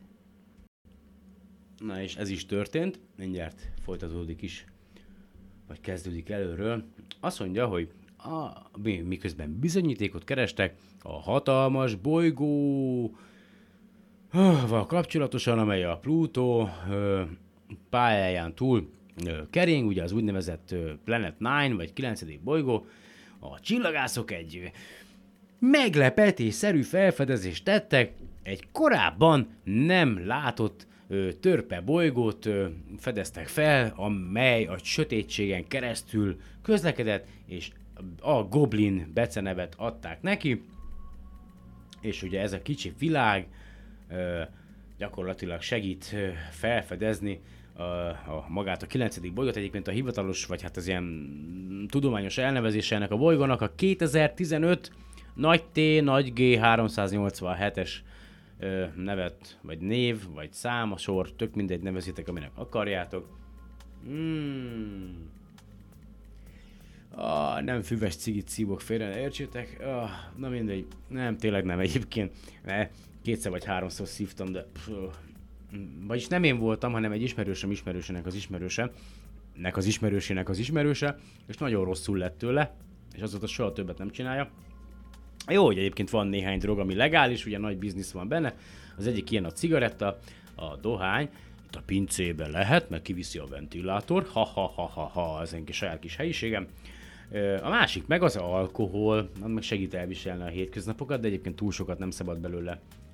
Na és ez is történt, mindjárt folytatódik is, vagy kezdődik előről. Azt mondja, hogy a, miközben bizonyítékot kerestek a hatalmas bolygóval kapcsolatosan, amely a Plutó pályáján túl kering, ugye az úgynevezett Planet kilenc, vagy kilencedik bolygó, a csillagászok egy meglepetésszerű felfedezést tettek, egy korábban nem látott ö, törpe bolygót ö, fedeztek fel, amely a sötétségen keresztül közlekedett, és a Goblin becenevet adták neki, és ugye ez a kicsi világ ö, gyakorlatilag segít ö, felfedezni a, a magát a kilencedik bolygót, egyébként a hivatalos, vagy hát az ilyen tudományos elnevezése ennek a bolygónak a kétezer-tizenöt nagy T, nagy G háromszáznyolcvanhetes ö, nevet, vagy név, vagy szám, a sor, tök mindegy, nevezitek, aminek akarjátok. Hmm. Ah, nem füves cigit szívok félre, ne értsétek. Ah, na mindegy, nem, tényleg nem egyébként. Ne, kétszer vagy háromszor szívtam, de... Pff, vagyis nem én voltam, hanem egy ismerősöm ismerősének az ismerőse, nek az ismerősének az ismerőse, és nagyon rosszul lett tőle, és azóta soha többet nem csinálja. Jó, hogy egyébként van néhány drog, ami legális, ugye nagy biznisz van benne, az egyik ilyen a cigaretta, a dohány, itt a pincébe lehet, mert kiviszi a ventilátor, ha-ha-ha-ha-ha, ez egy kis saját kis helyiségem. A másik meg az alkohol, az meg segít elviselni a hétköznapokat, de egyébként túl sokat nem szabad belőle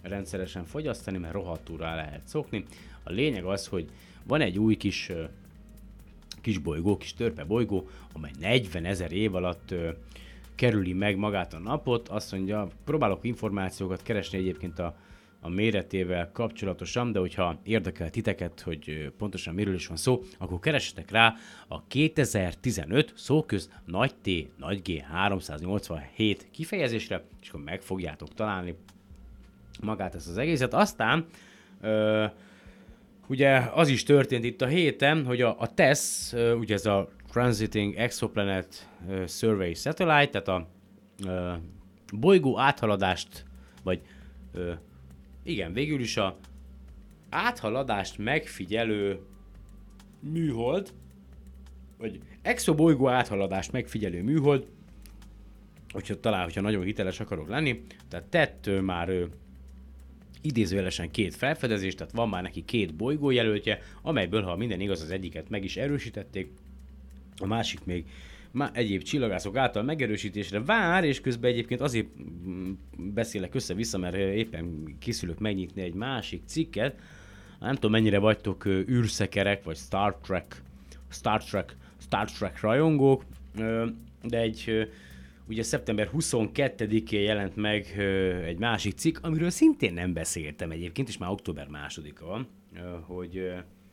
rendszeresen fogyasztani, mert rohadtul rá lehet szokni. A lényeg az, hogy van egy új kis, kis bolygó, kis törpe bolygó, amely negyvenezer év alatt ö, kerüli meg magát a napot. Azt mondja, próbálok információkat keresni egyébként a, a méretével kapcsolatosan, de hogyha érdekel titeket, hogy pontosan miről is van szó, akkor keressetek rá a kétezer-tizenöt szóköz nagy T, nagy G háromszáznyolcvanhét kifejezésre, és akkor meg fogjátok találni magát ezt az egészet. Aztán ö, ugye az is történt itt a héten, hogy a, a TESS, ö, ugye ez a Transiting Exoplanet ö, Survey Satellite, tehát a ö, bolygó áthaladást, vagy ö, igen, végül is a áthaladást megfigyelő műhold, vagy exobolygó áthaladást megfigyelő műhold, hogyha talán, hogyha nagyon hiteles akarok lenni, tehát tett ö, már ö, idézőjelesen két felfedezést, tehát van már neki két bolygójelöltje, amelyből, ha minden igaz, az egyiket meg is erősítették, a másik még már egyéb csillagászok által megerősítésre vár, és közben egyébként azért beszélek össze-vissza, mert éppen készülök megnyitni egy másik cikket. Nem tudom, mennyire vagytok űrszekerek, vagy Star Trek, Star Trek, Star Trek rajongók, de egy ugye szeptember huszonkettedikén jelent meg egy másik cikk, amiről szintén nem beszéltem egyébként, és már október másodika van, hogy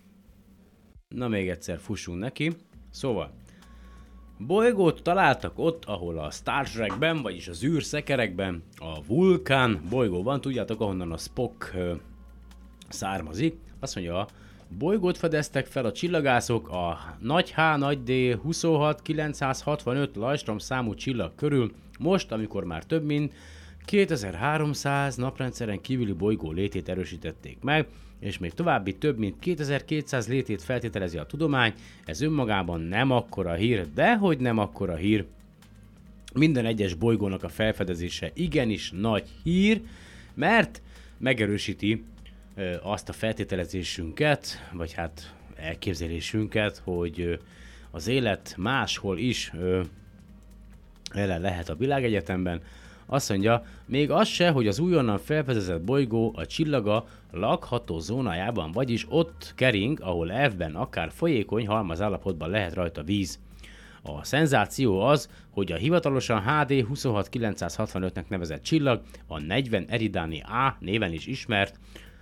na még egyszer fussunk neki. Szóval, bolygót találtak ott, ahol a Star Trekben, vagyis az űrszekerekben a Vulkán bolygó van, tudjátok, ahonnan a Spock ö, származik. Azt mondja, a bolygót fedeztek fel a csillagászok a nagy H, nagy D huszonhat kilencszázhatvanöt Lajstrom számú csillag körül, most, amikor már több mint kétezer-háromszáz naprendszeren kívüli bolygó létét erősítették meg, és még további több mint kétezer-kétszáz létét feltételezi a tudomány. Ez önmagában nem akkora hír, de hogy nem akkora hír. Minden egyes bolygónak a felfedezése igenis nagy hír, mert megerősíti ö, azt a feltételezésünket, vagy hát elképzelésünket, hogy ö, az élet máshol is ö, ellen lehet a világegyetemben. Azt mondja, még az se, hogy az újonnan felfedezett bolygó a csillaga lakható zónájában, vagyis ott kering, ahol elvben akár folyékony halmaz állapotban lehet rajta víz. A szenzáció az, hogy a hivatalosan H D huszonhat kilencszázhatvanötnek nevezett csillag, a negyven Eridani A néven is ismert,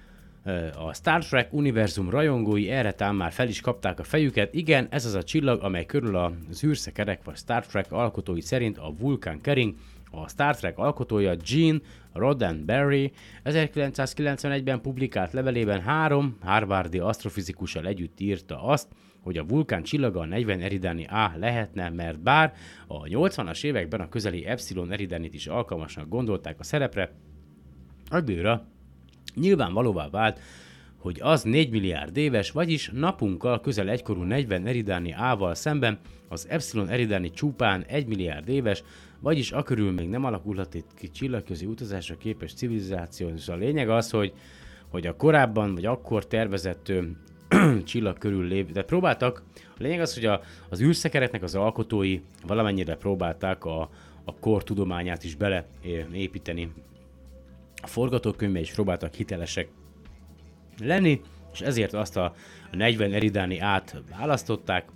a Star Trek univerzum rajongói erre tám már fel is kapták a fejüket. Igen, ez az a csillag, amely körül az űrszekerek vagy Star Trek alkotói szerint a vulkán kering. A Star Trek alkotója Gene Roddenberry ezerkilencszázkilencvenegyben publikált levelében három harvardi asztrofizikussal együtt írta azt, hogy a vulkán csillaga a negyven Eridani A lehetne, mert bár a nyolcvanas években a közeli Epsilon Eridanit is alkalmasnak gondolták a szerepre, addigra nyilvánvalóvá vált, hogy az négy milliárd éves, vagyis napunkkal közel egykorú negyven Eridani A-val szemben az Epsilon Eridani csupán egy milliárd éves, vagyis akörül még nem alakulhat itt ki csillagközi utazásra képes civilizáció. És a lényeg az, hogy, hogy a korábban vagy akkor tervezett ö, csillag körül lév, de próbáltak, a lényeg az, hogy a, az űrszekereknek az alkotói valamennyire próbálták a, a kor tudományát is beleépíteni. A forgatókönyvbe is próbáltak hitelesek lenni, és ezért azt a negyven Eridani át választották,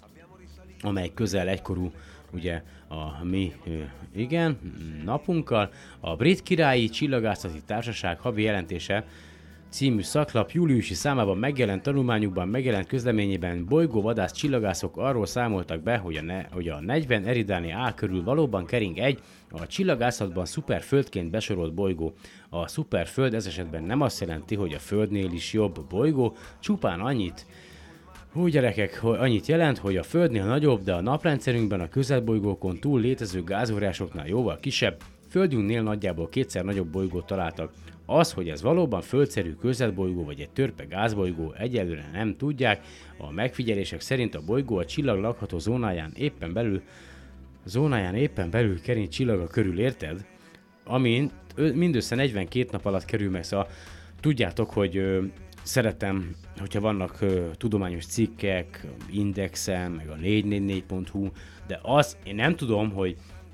amely közel egykorú, ugye a mi, igen, napunkkal. A Brit Királyi Csillagászati Társaság havi jelentése című szaklap júliusi számában megjelent tanulmányukban megjelent közleményében bolygóvadász csillagászok arról számoltak be, hogy a, ne, hogy a negyven Eridani A körül valóban kering egy a csillagászatban szuperföldként besorolt bolygó. A szuperföld ez esetben nem azt jelenti, hogy a Földnél is jobb bolygó, csupán annyit, Hú gyerekek, hogy annyit jelent, hogy a Földnél nagyobb, de a naprendszerünkben a közelbolygókon túl létező gázóriásoknál jóval kisebb, Földünknél nagyjából kétszer nagyobb bolygót találtak. Az, hogy ez valóban földszerű közelbolygó vagy egy törpe gázbolygó, egyelőre nem tudják. A megfigyelések szerint a bolygó a csillag lakható zónáján éppen belül zónáján éppen belül kering csillaga körül, érted? Amint mindössze negyvenkét nap alatt kerül meg, szóval tudjátok, hogy ö, szeretem, hogyha vannak ö, tudományos cikkek, Indexen, meg a négy négy négy pont hu, de az, én nem tudom, hogy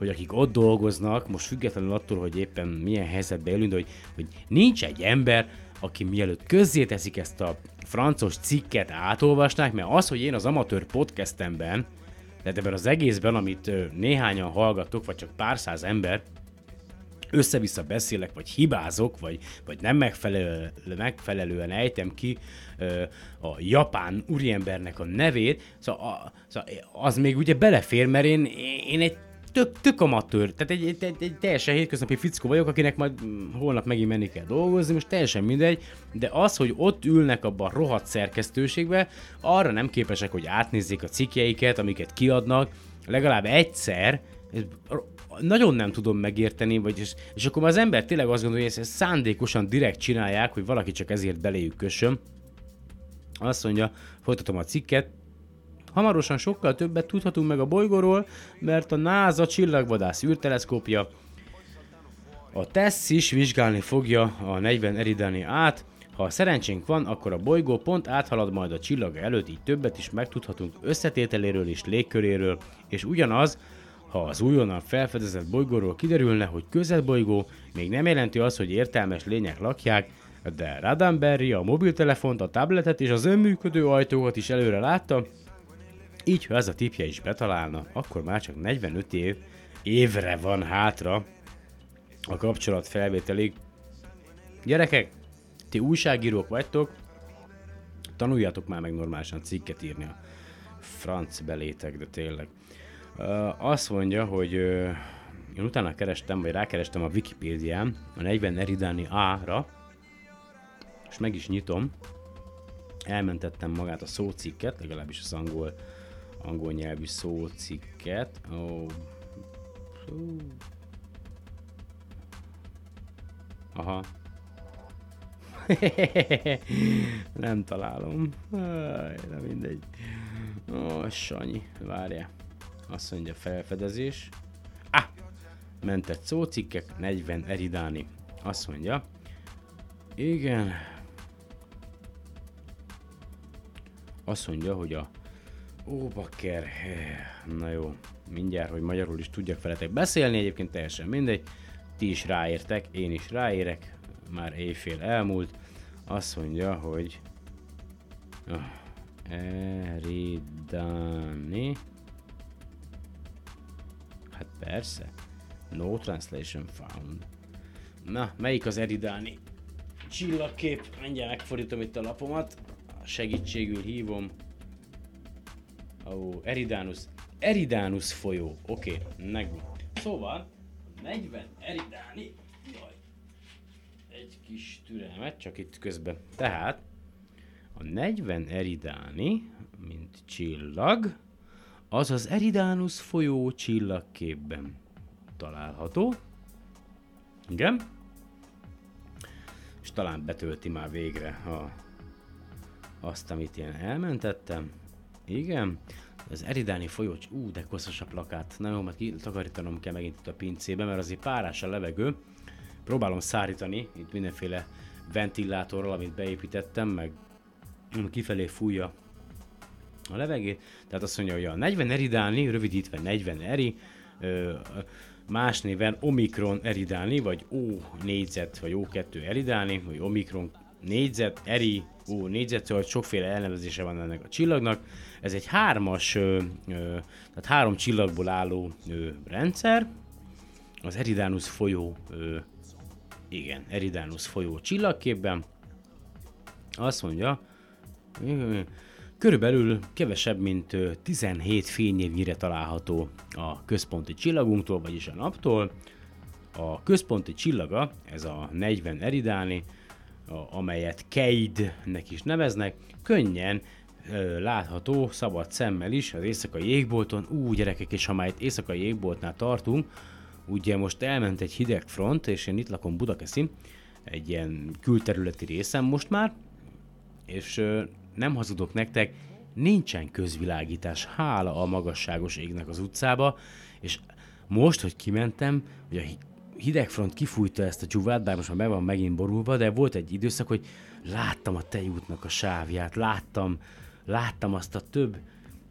hogy akik ott dolgoznak, most függetlenül attól, hogy éppen milyen helyzetben élünk, de hogy, hogy nincs egy ember, aki mielőtt közzéteszik ezt a francos cikket átolvasnák, mert az, hogy én az amatőr podcastemben, tehát ebben az egészben, amit néhányan hallgattok, vagy csak pár száz ember, össze-vissza beszélek, vagy hibázok, vagy, vagy nem megfelelő, megfelelően ejtem ki ö, a japán úriembernek a nevét, szóval, a, szóval az még ugye belefér, mert én, én egy tök, tök amatőr, tehát egy, egy, egy, egy teljesen hétköznapi fickó vagyok, akinek majd holnap megint menni kell dolgozni, most teljesen mindegy, de az, hogy ott ülnek abban a rohadt szerkesztőségben, arra nem képesek, hogy átnézzék a cikkjeiket, amiket kiadnak, legalább egyszer, nagyon nem tudom megérteni, vagy és, és akkor az ember tényleg azt gondolja, hogy ezt szándékosan direkt csinálják, hogy valaki csak ezért beléjük kössön. Azt mondja, folytatom a cikket, hamarosan sokkal többet tudhatunk meg a bolygóról, mert a NASA csillagvadász űrteleszkópja a TESS is vizsgálni fogja a negyven Eridani át. Ha szerencsénk van, akkor a bolygó pont áthalad majd a csillaga előtt, így többet is megtudhatunk összetételéről és légköréről, és ugyanaz, ha az újonnan felfedezett bolygóról kiderülne, hogy közelbolygó, még nem jelenti azt, hogy értelmes lények lakják, de Roddenberry a mobiltelefont, a tabletet és az önműködő ajtókat is előre látta, így ha ez a tipje is betalálna, akkor már csak negyvenöt év, évre van hátra a kapcsolat felvételig. Gyerekek, ti újságírók vagytok, tanuljatok már meg normálisan cikket írni a franc belétek, de tényleg. Uh, azt mondja, hogy uh, én utána kerestem, vagy rákerestem a Wikipédián a negyven Eridani A-ra, és meg is nyitom, elmentettem magát a szócikket, legalábbis az angol, angol nyelvű szócikket. Oh. Aha. Nem találom. Nem mindegy. Ó, oh, Sanyi, várjál. Azt mondja, felfedezés. Ah! Mentett szócikkek, negyven Eridani. Azt mondja. Igen. Azt mondja, hogy a... Ó, bakker. Na jó. Mindjárt, hogy magyarul is tudjak veletek beszélni. Egyébként teljesen mindegy. Ti is ráértek, én is ráérek. Már éjfél elmúlt. Azt mondja, hogy... Oh, Eridani... Hát persze. No translation found. Na, melyik az Eridani csillagkép? Mindjárt megfordítom itt a lapomat. Segítségül hívom. Ó, oh, Eridanus. Eridanus folyó. Oké, okay, megvan. Szóval, negyven Eridani. Jaj. Egy kis türelmet, csak itt közben. Tehát, a negyven Eridani, mint csillag, az az Eridanus folyó csillagképben található. Igen. És talán betölti már végre a, azt, amit én elmentettem. Igen. Az Eridani folyó, ú, de koszos a plakát. Na jó, mert kitakarítanom kell megint itt a pincébe, mert azért párás a levegő. Próbálom szárítani, itt mindenféle ventilátorral, amit beépítettem, meg kifelé fújja a levegét. Tehát azt mondja, hogy a negyven Eridani, rövidítve negyven Eri, ö, más néven Omikron Eridani, vagy O négyzet, vagy O kettő Eridani, vagy Omikron négyzet, Eri, O négyzet, szóval sokféle elnevezése van ennek a csillagnak. Ez egy hármas, ö, ö, tehát három csillagból álló ö, rendszer. Az Eridanus folyó, ö, igen, Eridanus folyó csillagképben. Azt mondja, körülbelül kevesebb, mint tizenhét fényévnyire található a központi csillagunktól, vagyis a naptól. A központi csillaga, ez a negyven Eridani, amelyet Keid-nek is neveznek, könnyen ö, látható szabad szemmel is az éjszakai jégbolton. Ú, gyerekek, és ha már itt éjszakai jégboltnál tartunk, ugye most elment egy hideg front, és én itt lakom Budakeszin, egy ilyen külterületi részen most már, és ö, nem hazudok nektek, nincsen közvilágítás, hála a magasságos égnek az utcába, és most, hogy kimentem, hogy a hidegfront kifújta ezt a csúvát, bár most már meg van megint borulva, de volt egy időszak, hogy láttam a tejútnak a sávját, láttam, láttam azt a több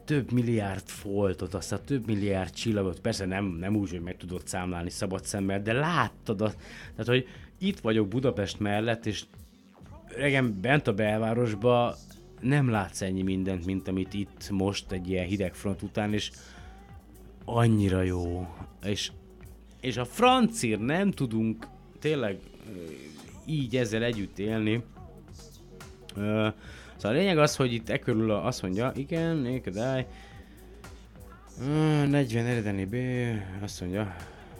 több milliárd foltot, azt a több milliárd csillagot, persze nem, nem úgy, hogy meg tudod számlálni szabad szemmel, de láttad, a, tehát hogy itt vagyok Budapest mellett, és régen bent a belvárosba nem látsz ennyi mindent, mint amit itt most egy ilyen hidegfront után, és annyira jó. És, és a francír nem tudunk tényleg így ezzel együtt élni. Szóval a lényeg az, hogy itt e körül azt mondja, igen, naked eye, negyven eredeni B, azt mondja,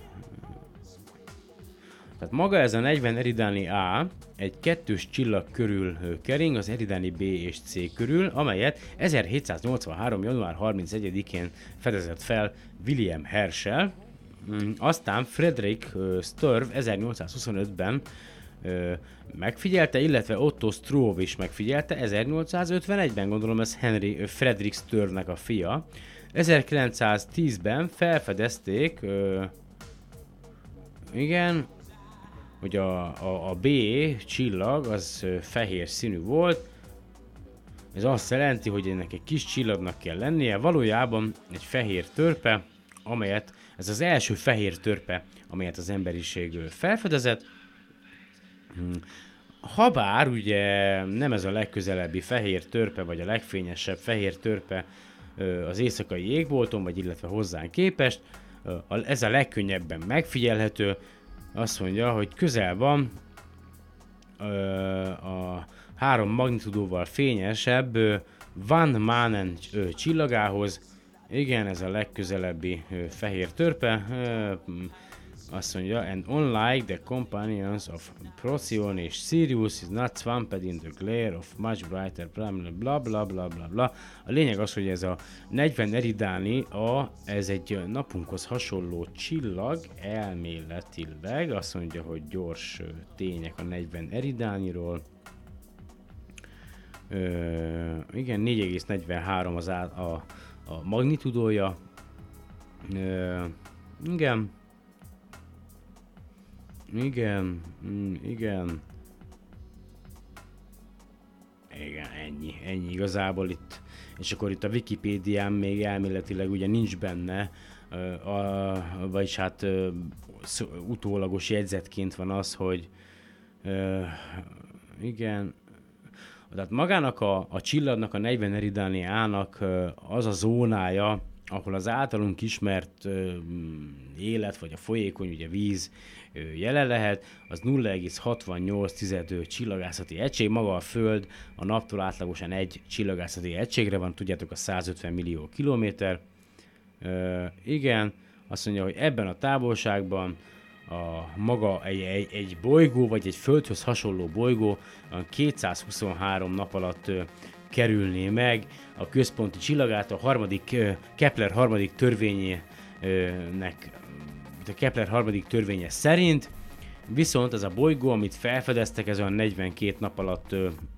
tehát maga ez a negyven Eridani A egy kettős csillag körül kering az Eridani B és C körül, amelyet ezerhétszáznyolcvanhárom. január harmincegyedikén fedezett fel William Herschel. Aztán Frederick Struve ezernyolcszázhuszonötben megfigyelte, illetve Otto Struve is megfigyelte ezernyolcszázötvenegyben, gondolom ez Henry Frederick Struve-nek a fia. ezerkilencszáztízben felfedezték, igen, hogy a, a, a B csillag az fehér színű volt. Ez azt jelenti, hogy ennek egy kis csillagnak kell lennie, valójában egy fehér törpe, amelyet, ez az első fehér törpe, amelyet az emberiség felfedezett. Habár ugye nem ez a legközelebbi fehér törpe, vagy a legfényesebb fehér törpe az éjszakai égbolton, vagy illetve hozzánk képest, ez a legkönnyebben megfigyelhető. Azt mondja, hogy közel van ö, a három magnitudóval fényesebb ö, Van Manen ö, csillagához. Igen, ez a legközelebbi ö, fehér törpe. Ö, azt mondja, and unlike the companions of Procyon és Sirius is not swamped in the glare of much brighter planet, bla bla bla bla bla. A lényeg az, hogy ez a negyven Eridani A, ez egy napunkhoz hasonló csillag, elméletileg. Azt mondja, hogy gyors ö, tények a negyven Eridániról. Ö, igen, négy egész negyvenhárom az á, a, a magnitudója. Ö, igen. Igen, mm, igen. Igen, ennyi, ennyi igazából itt. És akkor itt a Wikipédián még elméletileg ugye nincs benne, uh, a, vagyis hát uh, utólagos jegyzetként van az, hogy uh, igen, tehát magának a, a csillagnak, a negyven Eridani A-nak uh, az a zónája, ahol az általunk ismert uh, élet, vagy a folyékony, ugye víz uh, jelen lehet, az nulla egész hatvannyolc csillagászati egység, maga a Föld a naptól átlagosan egy csillagászati egységre van, tudjátok, a százötven millió kilométer. Uh, igen, azt mondja, hogy ebben a távolságban a maga egy, egy, egy bolygó, vagy egy Földhöz hasonló bolygó kétszázhuszonhárom nap alatt uh, kerülné meg a központi csillagát, a harmadik, Kepler harmadik törvényének, a Kepler harmadik törvénye szerint, viszont ez a bolygó, amit felfedeztek, ez olyan negyvenkét nap alatt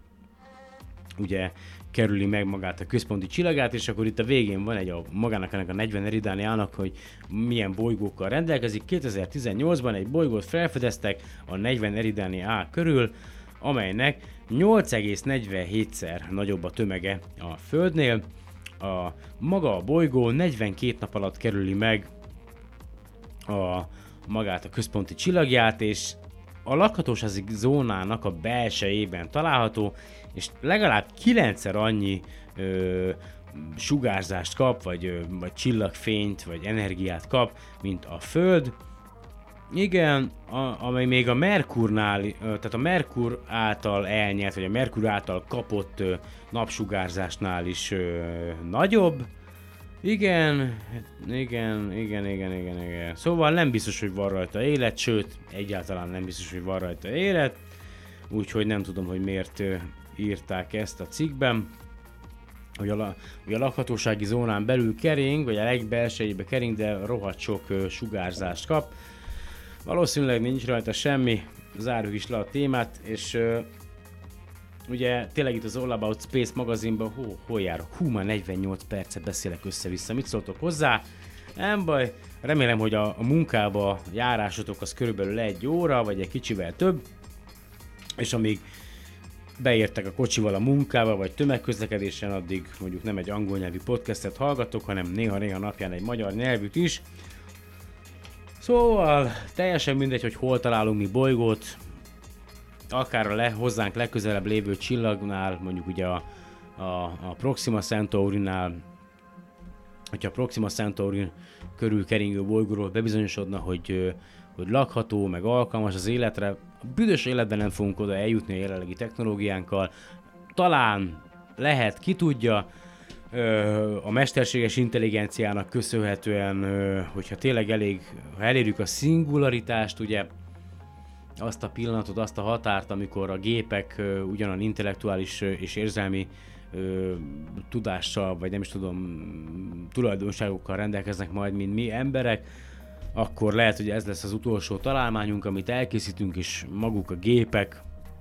ugye kerüli meg magát a központi csillagát, és akkor itt a végén van egy a magának ennek a negyven Eridani A-nak, hogy milyen bolygókkal rendelkezik. kétezer-tizennyolcban egy bolygót felfedeztek a negyven Eridani A körül, amelynek nyolc egész negyvenhétszer nagyobb a tömege a Földnél. A maga a bolygó negyvenkét nap alatt kerüli meg a magát a központi csillagját, és a lakhatósági zónának a belsejében található, és legalább kilencszer annyi ö, sugárzást kap, vagy, ö, vagy csillagfényt, vagy energiát kap, mint a Föld. Igen, a, amely még a Merkurnál, tehát a Merkur által elnyert, vagy a Merkur által kapott ö, napsugárzásnál is ö, nagyobb. Igen, igen, igen, igen, igen, igen. Szóval nem biztos, hogy van rajta élet, sőt, egyáltalán nem biztos, hogy van rajta élet. Úgyhogy nem tudom, hogy miért ö, írták ezt a cikkben. Hogy a, hogy a lakhatósági zónán belül kering, vagy a legbelsejébe kering, de rohadt sok ö, sugárzást kap. Valószínűleg nincs rajta semmi, zárjuk is le a témát, és uh, ugye tényleg itt az All About Space magazinban, hol, hol járok? Hú, már negyvennyolc percet beszélek össze-vissza, mit szóltok hozzá? Nem baj, remélem, hogy a, a munkába járásotok az körülbelül egy óra, vagy egy kicsivel több, és amíg beértek a kocsival a munkába, vagy tömegközlekedésen, addig mondjuk nem egy angol nyelvű podcastet hallgatok, hanem néha-néha napján egy magyar nyelvűt is. Szóval teljesen mindegy, hogy hol találunk mi bolygót, akár a le, hozzánk legközelebb lévő csillagnál, mondjuk ugye a, a, a Proxima Centaurinál, hogyha a Proxima Centauri körül keringő bolygóról bebizonyosodna, hogy, hogy lakható, meg alkalmas az életre, a büdös életben nem fogunk oda eljutni a jelenlegi technológiánkkal. Talán lehet, ki tudja, a mesterséges intelligenciának köszönhetően, hogyha tényleg elég, ha elérjük a szingularitást, ugye azt a pillanatot, azt a határt, amikor a gépek ugyanan intellektuális és érzelmi tudással, vagy nem is tudom, tulajdonságokkal rendelkeznek majd, mint mi emberek, akkor lehet, hogy ez lesz az utolsó találmányunk, amit elkészítünk, és maguk a gépek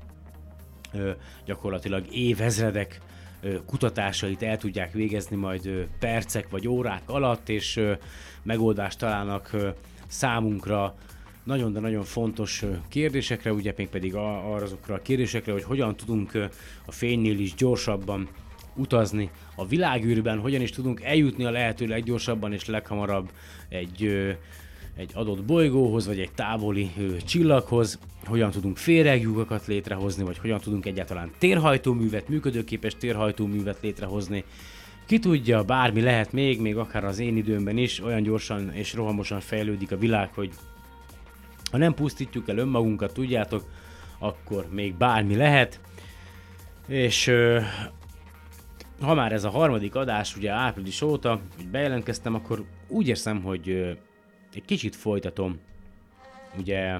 gyakorlatilag évezredek kutatásait el tudják végezni majd percek vagy órák alatt, és megoldást találnak számunkra nagyon, de nagyon fontos kérdésekre, ugye még pedig arra azokra a kérdésekre, hogy hogyan tudunk a fénynél is gyorsabban utazni a világűrben, hogyan is tudunk eljutni a lehető leggyorsabban és leghamarabb egy, egy adott bolygóhoz, vagy egy távoli csillaghoz, hogyan tudunk féreglyukakat létrehozni, vagy hogyan tudunk egyáltalán térhajtóművet, működőképes térhajtóművet létrehozni. Ki tudja, bármi lehet még, még akár az én időmben is, olyan gyorsan és rohamosan fejlődik a világ, hogy ha nem pusztítjuk el önmagunkat, tudjátok, akkor még bármi lehet. És ö, ha már ez a harmadik adás, ugye április óta, hogy bejelentkeztem, akkor úgy érzem, hogy ö, egy kicsit folytatom. Ugye,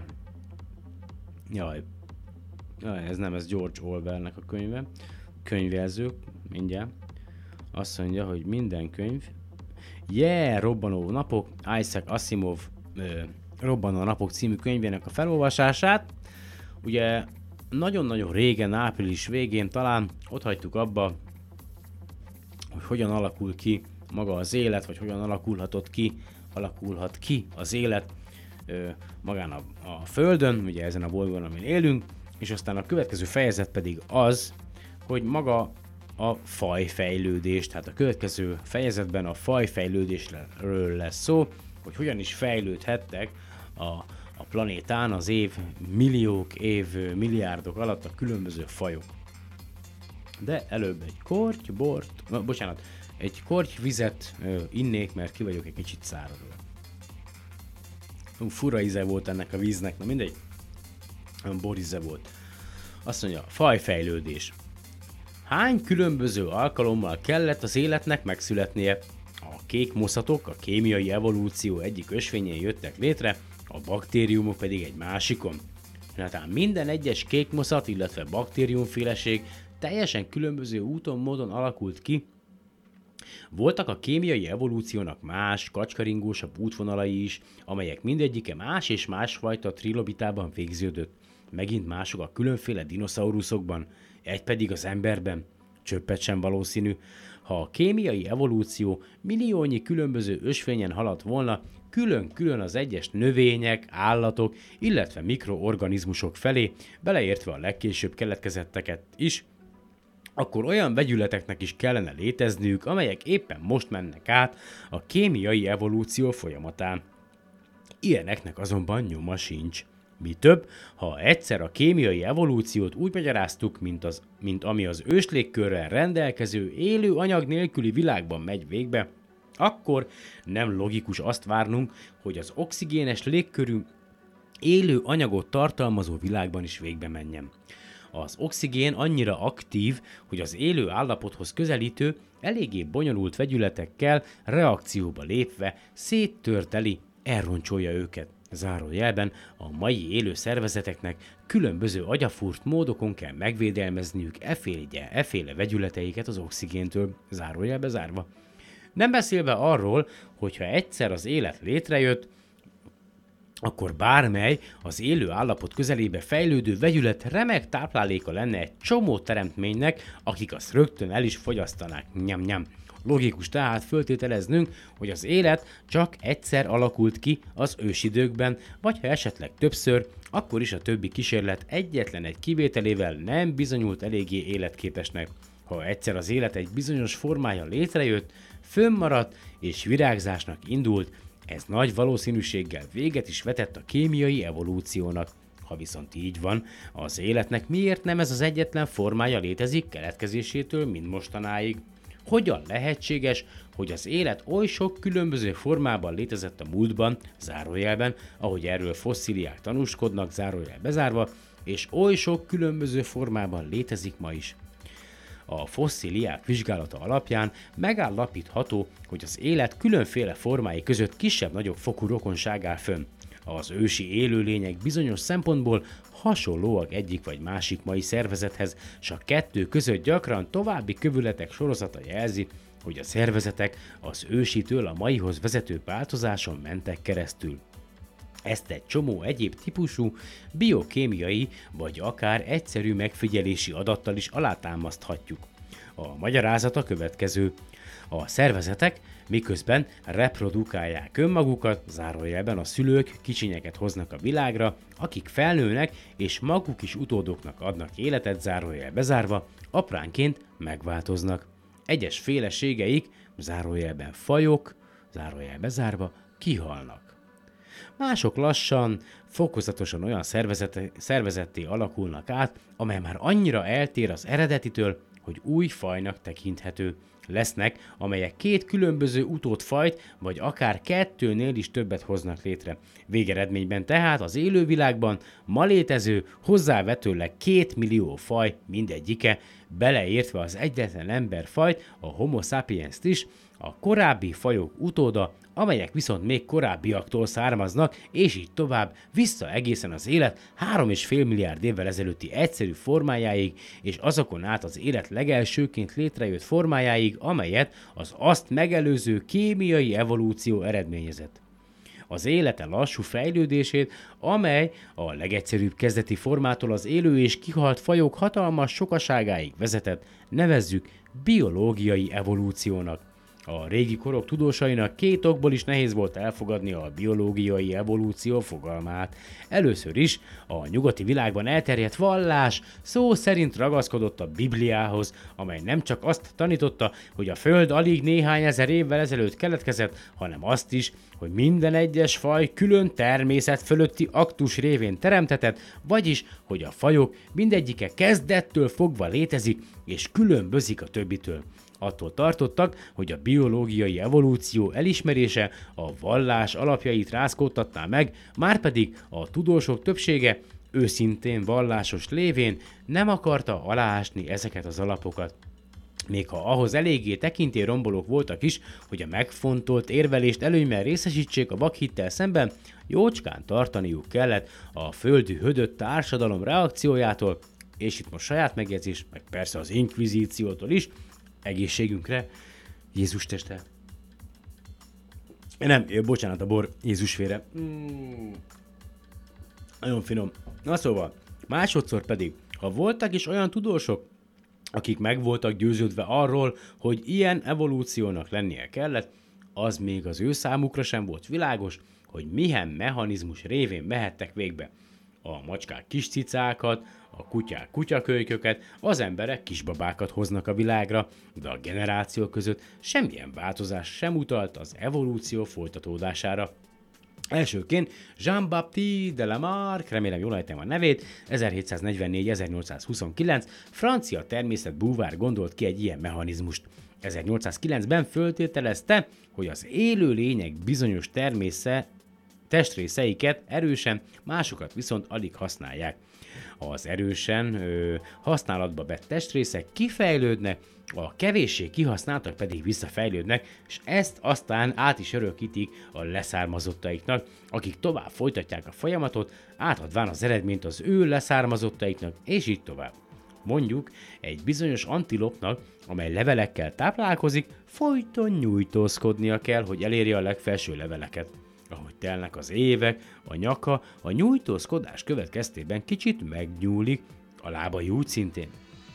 jaj, jaj, ez nem, ez George Orwellnek a könyve. Könyvelzők, mindjárt. Azt mondja, hogy minden könyv. Yeah, robbanó napok, Isaac Asimov ö, Robbanó a napok című könyvének a felolvasását. Ugye nagyon-nagyon régen, április végén talán ott hagytuk abba, hogy hogyan alakul ki maga az élet, vagy hogyan alakulhatott ki, alakulhat ki az élet ö, magán a, a Földön, ugye ezen a bolygón, amin élünk, és aztán a következő fejezet pedig az, hogy maga a fajfejlődés, tehát a következő fejezetben a fajfejlődésről lesz szó, hogy hogyan is fejlődhettek a, a planétán az év milliók, év milliárdok alatt a különböző fajok. De előbb egy korty, bort, na, bocsánat, egy korty vizet ö, innék, mert ki vagyok egy kicsit száradva. Fura íze volt ennek a víznek, na mindegy, boríze volt. Azt mondja, fajfejlődés. Hány különböző alkalommal kellett az életnek megszületnie? A kék moszatok a kémiai evolúció egyik ösvényén jöttek létre, a baktériumok pedig egy másikon. Tehát minden egyes kékmoszat, illetve baktériumféleség teljesen különböző úton, módon alakult ki. Voltak a kémiai evolúciónak más, kacskaringósabb útvonalai is, amelyek mindegyike más és másfajta trilobitában végződött. Megint mások a különféle dinoszauruszokban, egy pedig az emberben. Csöppet sem valószínű. Ha a kémiai evolúció milliónyi különböző ösvényen haladt volna, külön-külön az egyes növények, állatok, illetve mikroorganizmusok felé, beleértve a legkésőbb keletkezetteket is, akkor olyan vegyületeknek is kellene létezniük, amelyek éppen most mennek át a kémiai evolúció folyamatán. Ilyeneknek azonban nyoma sincs. Mi több, ha egyszer a kémiai evolúciót úgy magyaráztuk, mint, az, mint ami az őslégkörrel rendelkező élő anyag nélküli világban megy végbe, akkor nem logikus azt várnunk, hogy az oxigénes légkörű élő anyagot tartalmazó világban is végbe menjen. Az oxigén annyira aktív, hogy az élő állapothoz közelítő, eléggé bonyolult vegyületekkel reakcióba lépve széttörteli, elroncsolja őket. Zárójelben a mai élő szervezeteknek különböző agyafúrt módokon kell megvédelmezniük efféle, efféle vegyületeiket az oxigéntől, zárójelbe zárva. Nem beszélve arról, hogyha egyszer az élet létrejött, akkor bármely az élő állapot közelébe fejlődő vegyület remek tápláléka lenne egy csomó teremtménynek, akik azt rögtön el is fogyasztanák. Nyam-nyam. Logikus tehát föltételeznünk, hogy az élet csak egyszer alakult ki az ősidőkben, vagy ha esetleg többször, akkor is a többi kísérlet egyetlen egy kivételével nem bizonyult eléggé életképesnek. Ha egyszer az élet egy bizonyos formája létrejött, fönnmaradt és virágzásnak indult, ez nagy valószínűséggel véget is vetett a kémiai evolúciónak. Ha viszont így van, az életnek miért nem ez az egyetlen formája létezik keletkezésétől mind mostanáig? Hogyan lehetséges, hogy az élet oly sok különböző formában létezett a múltban, zárójelben, ahogy erről fosszíliák tanúskodnak, zárójel bezárva, és oly sok különböző formában létezik ma is? A fosszíliák vizsgálata alapján megállapítható, hogy az élet különféle formái között kisebb-nagyobb fokú rokonság áll fönn. Az ősi élőlények bizonyos szempontból hasonlóak egyik vagy másik mai szervezethez, s a kettő között gyakran további kövületek sorozata jelzi, hogy a szervezetek az ősitől a maihoz vezető változáson mentek keresztül. Ezt egy csomó egyéb típusú biokémiai vagy akár egyszerű megfigyelési adattal is alátámaszthatjuk. A magyarázat a következő. A szervezetek miközben reprodukálják önmagukat, zárójelben a szülők kicsinyeket hoznak a világra, akik felnőnek és maguk is utódoknak adnak életet, zárójel bezárva, apránként megváltoznak. Egyes féleségeik, zárójelben fajok, zárójel bezárva, kihalnak. Mások lassan, fokozatosan olyan szervezetté alakulnak át, amely már annyira eltér az eredetitől, hogy új fajnak tekinthető. Lesznek, amelyek két különböző utódfajt, vagy akár kettőnél is többet hoznak létre. Végeredményben tehát az élővilágban ma létező hozzávetőleg két millió faj mindegyike, beleértve az egyetlen emberfajt, a Homo sapiens-t is, a korábbi fajok utóda, amelyek viszont még korábbiaktól származnak, és így tovább, vissza egészen az élet három és fél milliárd évvel ezelőtti egyszerű formájáig, és azokon át az élet legelsőként létrejött formájáig, amelyet az azt megelőző kémiai evolúció eredményezett. Az élete lassú fejlődését, amely a legegyszerűbb kezdeti formától az élő és kihalt fajok hatalmas sokaságáig vezetett, nevezzük biológiai evolúciónak. A régi korok tudósainak két okból is nehéz volt elfogadni a biológiai evolúció fogalmát. Először is a nyugati világban elterjedt vallás szó szerint ragaszkodott a Bibliához, amely nem csak azt tanította, hogy a Föld alig néhány ezer évvel ezelőtt keletkezett, hanem azt is, hogy minden egyes faj külön természet fölötti aktus révén teremtetett, vagyis, hogy a fajok mindegyike kezdettől fogva létezik és különbözik a többitől. Attól tartottak, hogy a biológiai evolúció elismerése a vallás alapjait rázkódtatná meg, márpedig a tudósok többsége őszintén vallásos lévén nem akarta aláásni ezeket az alapokat. Még ha ahhoz eléggé tekintélyrombolók voltak is, hogy a megfontolt érvelést előnyben részesítsék a vakhittel szemben, jócskán tartaniuk kellett a földi hödött társadalom reakciójától, és itt most saját megjegyzés, meg persze az inkvizíciótól is, egészségünkre, Jézus teste. Nem, bocsánat, a bor Jézusvére. Mm. Nagyon finom. Na szóval, másodszor pedig, ha voltak is olyan tudósok, akik meg voltak győződve arról, hogy ilyen evolúciónak lennie kellett, az még az ő számukra sem volt világos, hogy milyen mechanizmus révén mehettek végbe. A macskák kis cicákat, a kutyák kutyakölyköket, az emberek kisbabákat hoznak a világra, de a generációk között semmilyen változás sem utalt az evolúció folytatódására. Elsőként Jean-Baptiste de Lamarck, remélem jól ejtem a nevét, ezerhétszáznegyvennégy ezernyolcszázhuszonkilenc francia természetbúvár gondolt ki egy ilyen mechanizmust. ezernyolcszázkilencben föltételezte, hogy az élő lények bizonyos természet testrészeiket erősen, másokat viszont alig használják. Az erősen ö, használatba vett testrészek kifejlődnek, a kevéssé kihasználtak pedig visszafejlődnek, és ezt aztán át is örökítik a leszármazottaiknak, akik tovább folytatják a folyamatot, átadván az eredményt az ő leszármazottaiknak, és így tovább. Mondjuk egy bizonyos antilopnak, amely levelekkel táplálkozik, folyton nyújtózkodnia kell, hogy elérje a legfelső leveleket. Ahogy telnek az évek, a nyaka a nyújtózkodás következtében kicsit megnyúlik, a lábai úgy szintén.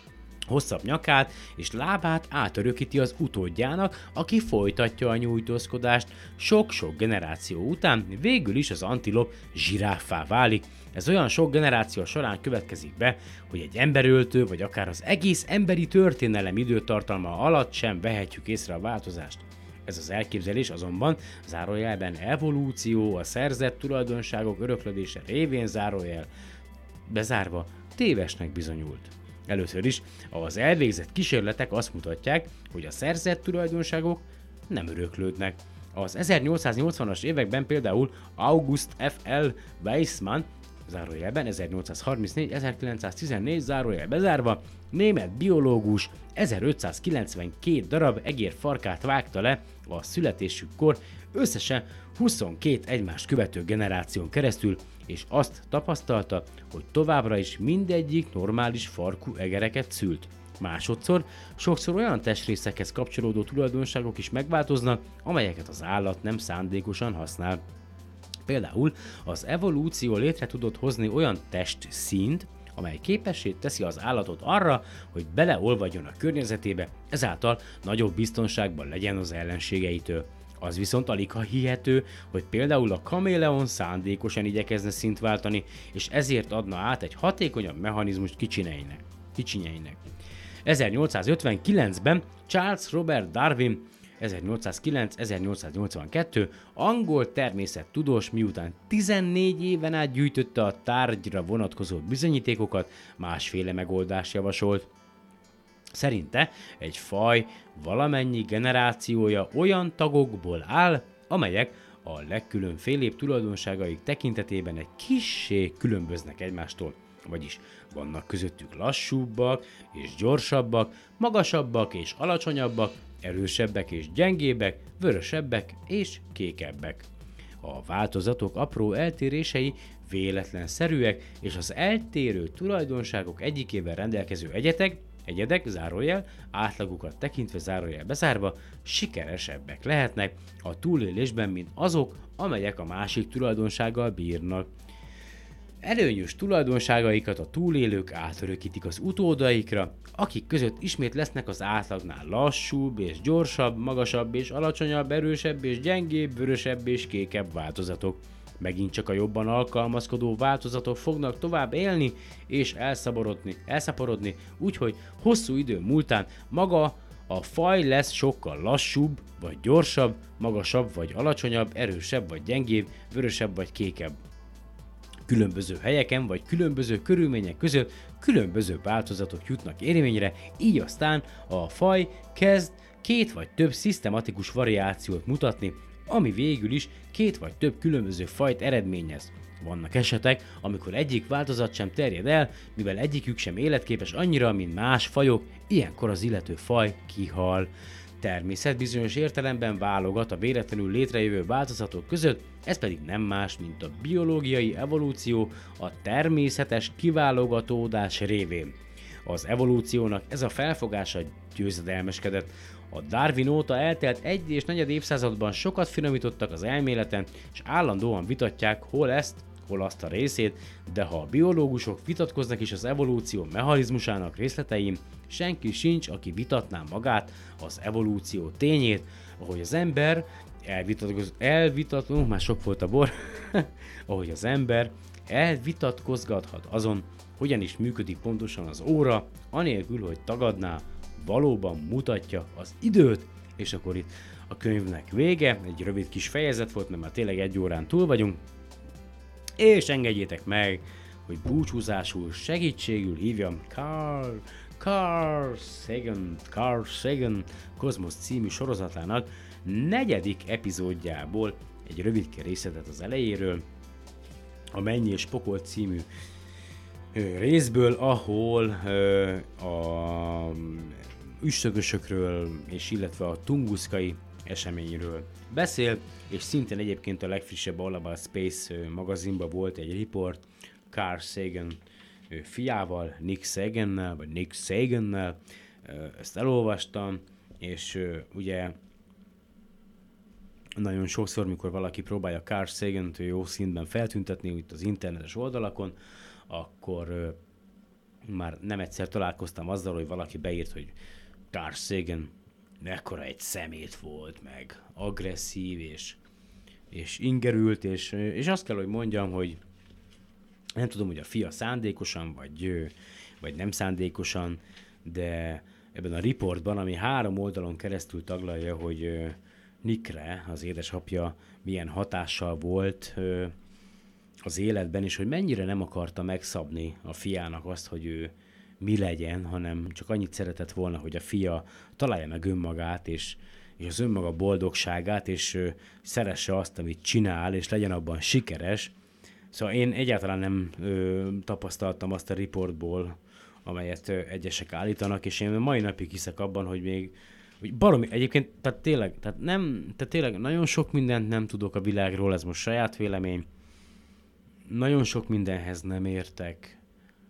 hosszabb nyakát és lábát átörökíti az utódjának, aki folytatja a nyújtózkodást. Sok-sok generáció után végül is az antilop zsiráffá válik. Ez olyan sok generáció során következik be, hogy egy emberöltő vagy akár az egész emberi történelem időtartalma alatt sem vehetjük észre a változást. Ez az elképzelés azonban zárójelben evolúció, a szerzett tulajdonságok öröklődése révén zárójel bezárva tévesnek bizonyult. Először is az elvégzett kísérletek azt mutatják, hogy a szerzett tulajdonságok nem öröklődnek. Az ezernyolcszáznyolcvanas években például August F L Weismann, zárójelben ezernyolcszázharmincnégy ezerkilencszáztizennégy zárójel bezárva, német biológus ezerötszázkilencvenkét darab egérfarkát vágta le a születésükkor összesen huszonkét egymást követő generáción keresztül, és azt tapasztalta, hogy továbbra is mindegyik normális farkú egereket szült. Másodszor sokszor olyan testrészekhez kapcsolódó tulajdonságok is megváltoznak, amelyeket az állat nem szándékosan használ. Például az evolúció létre tudott hozni olyan testszínt, amely képessé teszi az állatot arra, hogy beleolvadjon a környezetébe, ezáltal nagyobb biztonságban legyen az ellenségeitől. Az viszont aligha hihető, hogy például a kaméleon szándékosan igyekezne színt váltani, és ezért adna át egy hatékonyabb mechanizmust kicsinyeinek. kicsinyeinek. ezernyolcszázötvenkilencben Charles Robert Darwin ezernyolcszázkilenc ezernyolcszáznyolcvankettő angol természettudós, miután tizennégy éven át gyűjtötte a tárgyra vonatkozó bizonyítékokat, másféle megoldást javasolt. Szerinte egy faj valamennyi generációja olyan tagokból áll, amelyek a legkülönfélébb tulajdonságaik tekintetében egy kissé különböznek egymástól. Vagyis vannak közöttük lassúbbak és gyorsabbak, magasabbak és alacsonyabbak, erősebbek és gyengébbek, vörösebbek és kékebbek. A változatok apró eltérései véletlenszerűek, és az eltérő tulajdonságok egyikével rendelkező egyetek, egyedek, zárójel, átlagukat tekintve zárójel bezárva, sikeresebbek lehetnek a túlélésben, mint azok, amelyek a másik tulajdonsággal bírnak. Előnyös tulajdonságaikat a túlélők átörökítik az utódaikra, akik között ismét lesznek az átlagnál lassúbb és gyorsabb, magasabb és alacsonyabb, erősebb és gyengébb, vörösebb és kékebb változatok. Megint csak a jobban alkalmazkodó változatok fognak tovább élni és elszaporodni, elszaporodni, úgyhogy hosszú idő múltán maga a faj lesz sokkal lassúbb vagy gyorsabb, magasabb vagy alacsonyabb, erősebb vagy gyengébb, vörösebb vagy kékebb. Különböző helyeken vagy különböző körülmények között különböző változatok jutnak érvényre, így aztán a faj kezd két vagy több szisztematikus variációt mutatni, ami végül is két vagy több különböző fajt eredményez. Vannak esetek, amikor egyik változat sem terjed el, mivel egyikük sem életképes annyira, mint más fajok, ilyenkor az illető faj kihal. Természet bizonyos értelemben válogat a véletlenül létrejövő változatok között, ez pedig nem más, mint a biológiai evolúció a természetes kiválogatódás révén. Az evolúciónak ez a felfogása győzedelmeskedett. A Darwin óta eltelt egy és negyed évszázadban sokat finomítottak az elméleten, és állandóan vitatják, hol ezt, hol azt a részét, de ha a biológusok vitatkoznak is az evolúció mechanizmusának részletein, senki sincs, aki vitatná magát az evolúció tényét, ahogy az ember elvitatkoz... elvitat... Uh, már sok volt a bor. ahogy az ember elvitatkozgathat azon, hogyan is működik pontosan az óra, anélkül, hogy tagadná, valóban mutatja az időt, és akkor itt a könyvnek vége, egy rövid kis fejezet volt, mert már tényleg egy órán túl vagyunk, és engedjétek meg, hogy búcsúzásul segítségül hívjam Carl, Carl Sagan, Carl Sagan Kozmosz című sorozatának negyedik epizódjából egy rövid részletet az elejéről, a Menny és Pokol című részből, ahol ö, a üstökösökről és illetve a tunguszkai eseményről beszél, és szintén egyébként a legfrissebb All About Space magazinban volt egy riport Carl Sagan fiával, Nick Sagannel, vagy Nick Sagannel, ezt elolvastam, és ugye nagyon sokszor, mikor valaki próbálja Carl Sagant jó színben feltüntetni itt az internetes oldalakon, akkor már nem egyszer találkoztam azzal, hogy valaki beírt, hogy Carl Sagan mekkora egy szemét volt, meg agresszív, és, és ingerült, és, és azt kell, hogy mondjam, hogy nem tudom, hogy a fia szándékosan, vagy, vagy nem szándékosan, de ebben a riportban, ami három oldalon keresztül taglalja, hogy Nickre, az édesapja milyen hatással volt az életben, és hogy mennyire nem akarta megszabni a fiának azt, hogy ő mi legyen, hanem csak annyit szeretett volna, hogy a fia találja meg önmagát, és, és az önmaga boldogságát, és ö, szeresse azt, amit csinál, és legyen abban sikeres. Szóval én egyáltalán nem ö, tapasztaltam azt a riportból, amelyet ö, egyesek állítanak, és én mai napig hiszek abban, hogy még hogy baromi, egyébként, tehát tényleg, tehát nem, tehát tényleg nagyon sok mindent nem tudok a világról, ez most saját vélemény, nagyon sok mindenhez nem értek,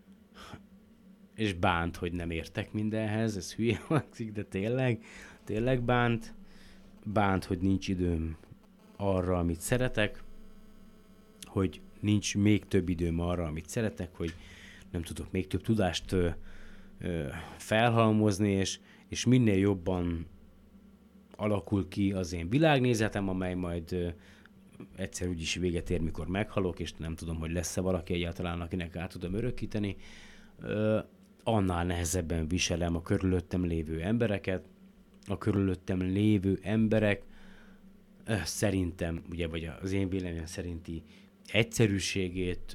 és bánt, hogy nem értek mindenhez, ez hülye hangzik, de tényleg, tényleg bánt, bánt, hogy nincs időm arra, amit szeretek, hogy nincs még több időm arra, amit szeretek, hogy nem tudok még több tudást ö, ö, felhalmozni, és, és minél jobban alakul ki az én világnézetem, amely majd ö, egyszer úgyis véget ér, mikor meghalok, és nem tudom, hogy lesz-e valaki egyáltalán, akinek át tudom örökíteni, ö, annál nehezebben viselem a körülöttem lévő embereket. A körülöttem lévő emberek ö, szerintem, ugye, vagy az én véleményem szerinti egyszerűségét,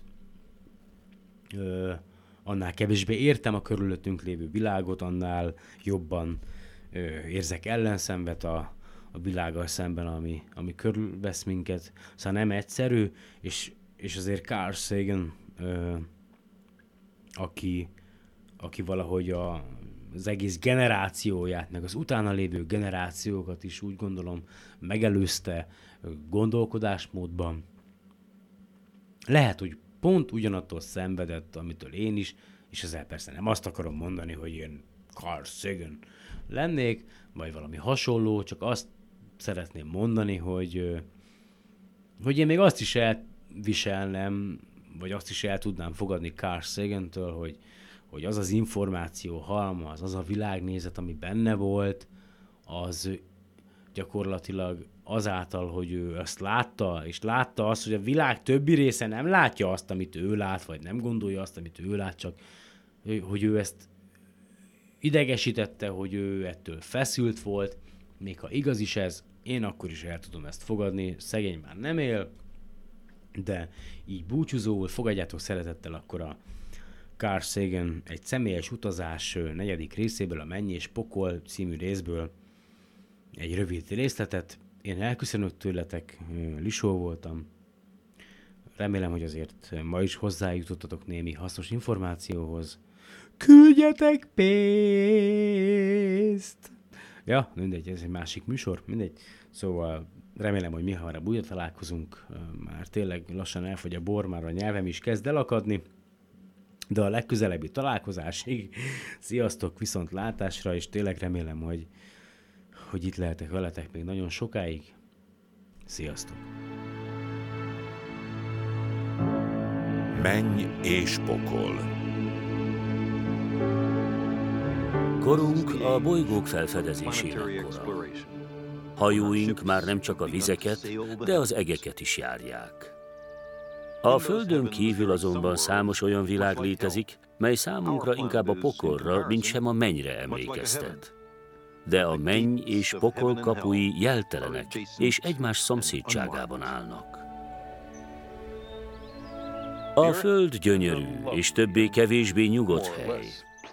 ö, annál kevésbé értem a körülöttünk lévő világot, annál jobban ö, érzek ellenszenvet a, a világgal szemben, ami, ami körülvesz minket. Szóval nem egyszerű, és, és azért Carl Sagan, ö, aki, aki valahogy a, az egész generációját, meg az utána lévő generációkat is úgy gondolom megelőzte gondolkodásmódban. Lehet, hogy pont ugyanattól szenvedett, amitől én is, és ezzel persze nem azt akarom mondani, hogy én Carl Sagan lennék, vagy valami hasonló, csak azt szeretném mondani, hogy, hogy én még azt is elviselnem, vagy azt is el tudnám fogadni Carl Sagantől, hogy, hogy az az információ halmaz, az a világnézet, ami benne volt, az gyakorlatilag azáltal, hogy ő azt látta, és látta azt, hogy a világ többi része nem látja azt, amit ő lát, vagy nem gondolja azt, amit ő lát, csak hogy ő ezt idegesítette, hogy ő ettől feszült volt, még ha igaz is ez, én akkor is el tudom ezt fogadni, szegény már nem él, de így búcsúzóul fogadjátok szeretettel akkor a Carl Sagan egy személyes utazás negyedik részéből, a Menny és Pokol című részből egy rövid részletet. Én elköszönök tőletek, Lisó voltam. Remélem, hogy azért ma is hozzájutottatok némi hasznos információhoz. Küldjetek pénzt! Ja, mindegy, ez egy másik műsor, mindegy. Szóval remélem, hogy mi hamarabb újra találkozunk. Már tényleg lassan elfogy a bor, már a nyelvem is kezd elakadni. De a legközelebbi találkozásig sziasztok, viszont látásra, és tényleg remélem, hogy, hogy itt lehetek veletek még nagyon sokáig. Sziasztok! Menny és Pokol. Korunk a bolygók felfedezésének kora. Hajóink már nem csak a vizeket, de az egeket is járják. A Földön kívül azonban számos olyan világ létezik, mely számunkra inkább a pokolra, mint sem a mennyre emlékeztet. De a menny és pokol kapui jeltelenek, és egymás szomszédságában állnak. A Föld gyönyörű, és többé-kevésbé nyugodt hely.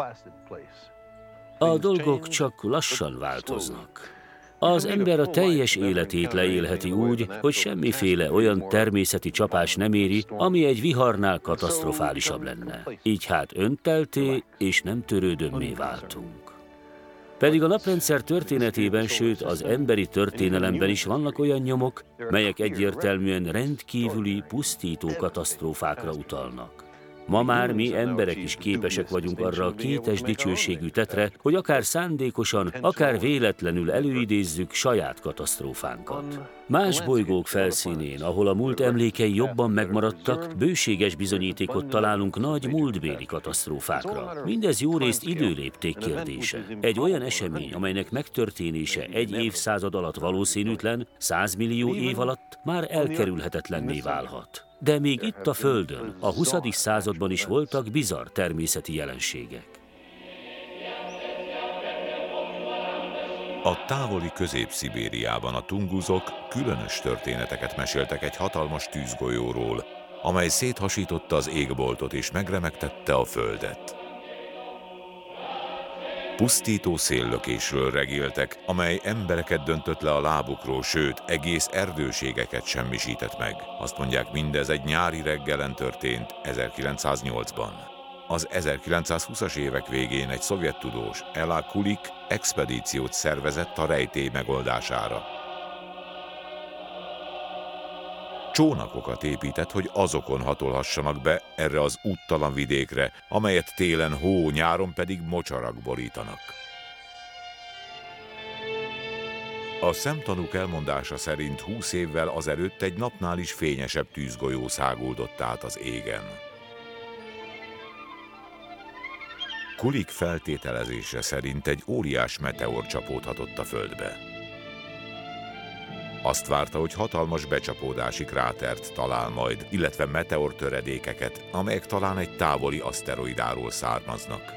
A dolgok csak lassan változnak. Az ember a teljes életét leélheti úgy, hogy semmiféle olyan természeti csapás nem éri, ami egy viharnál katasztrofálisabb lenne. Így hát öntelté és nem törődömmé váltunk. Pedig a naprendszer történetében, sőt az emberi történelemben is vannak olyan nyomok, melyek egyértelműen rendkívüli, pusztító katasztrófákra utalnak. Ma már mi emberek is képesek vagyunk arra a kétes dicsőségű tetre, hogy akár szándékosan, akár véletlenül előidézzük saját katasztrófánkat. Más bolygók felszínén, ahol a múlt emlékei jobban megmaradtak, bőséges bizonyítékot találunk nagy múltbéli katasztrófákra. Mindez jórészt időlépték kérdése. Egy olyan esemény, amelynek megtörténése egy évszázad alatt valószínűtlen, százmillió év alatt már elkerülhetetlenné válhat. De még itt a Földön, a huszadik században is voltak bizarr természeti jelenségek. A távoli Közép-Szibériában a tunguzok különös történeteket meséltek egy hatalmas tűzgolyóról, amely széthasította az égboltot és megremegtette a földet. Pusztító széllökésről regéltek, amely embereket döntött le a lábukról, sőt, egész erdőségeket semmisített meg. Azt mondják, mindez egy nyári reggelen történt ezerkilencszáznyolcban. Az ezerkilencszázhúszas évek végén egy szovjet tudós, Ela Kulik expedíciót szervezett a rejtély megoldására. Csónakokat épített, hogy azokon hatolhassanak be erre az úttalan vidékre, amelyet télen hó, nyáron pedig mocsarak borítanak. A szemtanúk elmondása szerint húsz évvel azelőtt egy napnál is fényesebb tűzgolyó száguldott át az égen. Kulik feltételezése szerint egy óriás meteor csapódhatott a földbe. Azt várta, hogy hatalmas becsapódási krátert talál majd, illetve meteortöredékeket, amelyek talán egy távoli aszteroidáról származnak.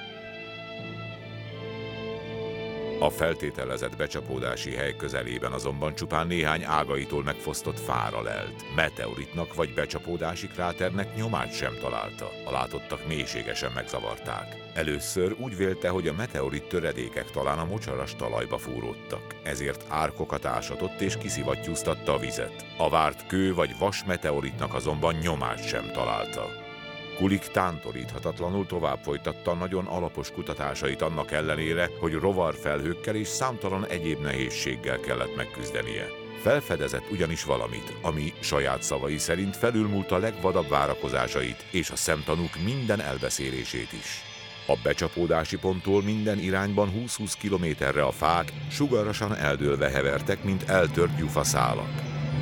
A feltételezett becsapódási hely közelében azonban csupán néhány ágaitól megfosztott fára lelt. Meteoritnak vagy becsapódási kráternek nyomát sem találta. A látottak mélységesen megzavarták. Először úgy vélte, hogy a meteorit töredékek talán a mocsaras talajba fúródtak. Ezért árkokat ásatott és kiszivattyúztatta a vizet. A várt kő vagy vas meteoritnak azonban nyomát sem találta. Kulik tántoríthatatlanul tovább folytatta nagyon alapos kutatásait annak ellenére, hogy rovarfelhőkkel és számtalan egyéb nehézséggel kellett megküzdenie. Felfedezett ugyanis valamit, ami saját szavai szerint felülmúlt a legvadabb várakozásait és a szemtanúk minden elbeszélését is. A becsapódási ponttól minden irányban húsz-húsz kilométerre a fák sugarasan eldőlve hevertek, mint eltört gyufaszálak.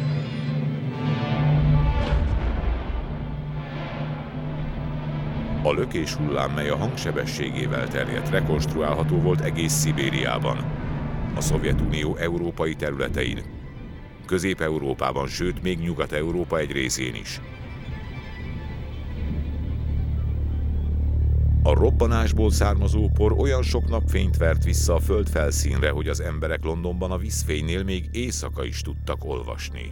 A lökés hullám, mely a hangsebességével terjedt, rekonstruálható volt egész Szibériában, a Szovjetunió európai területein, Közép-Európában, sőt még Nyugat-Európa egy részén is. A robbanásból származó por olyan sok napfényt vert vissza a föld felszínre, hogy az emberek Londonban a vízfénynél még éjszaka is tudtak olvasni.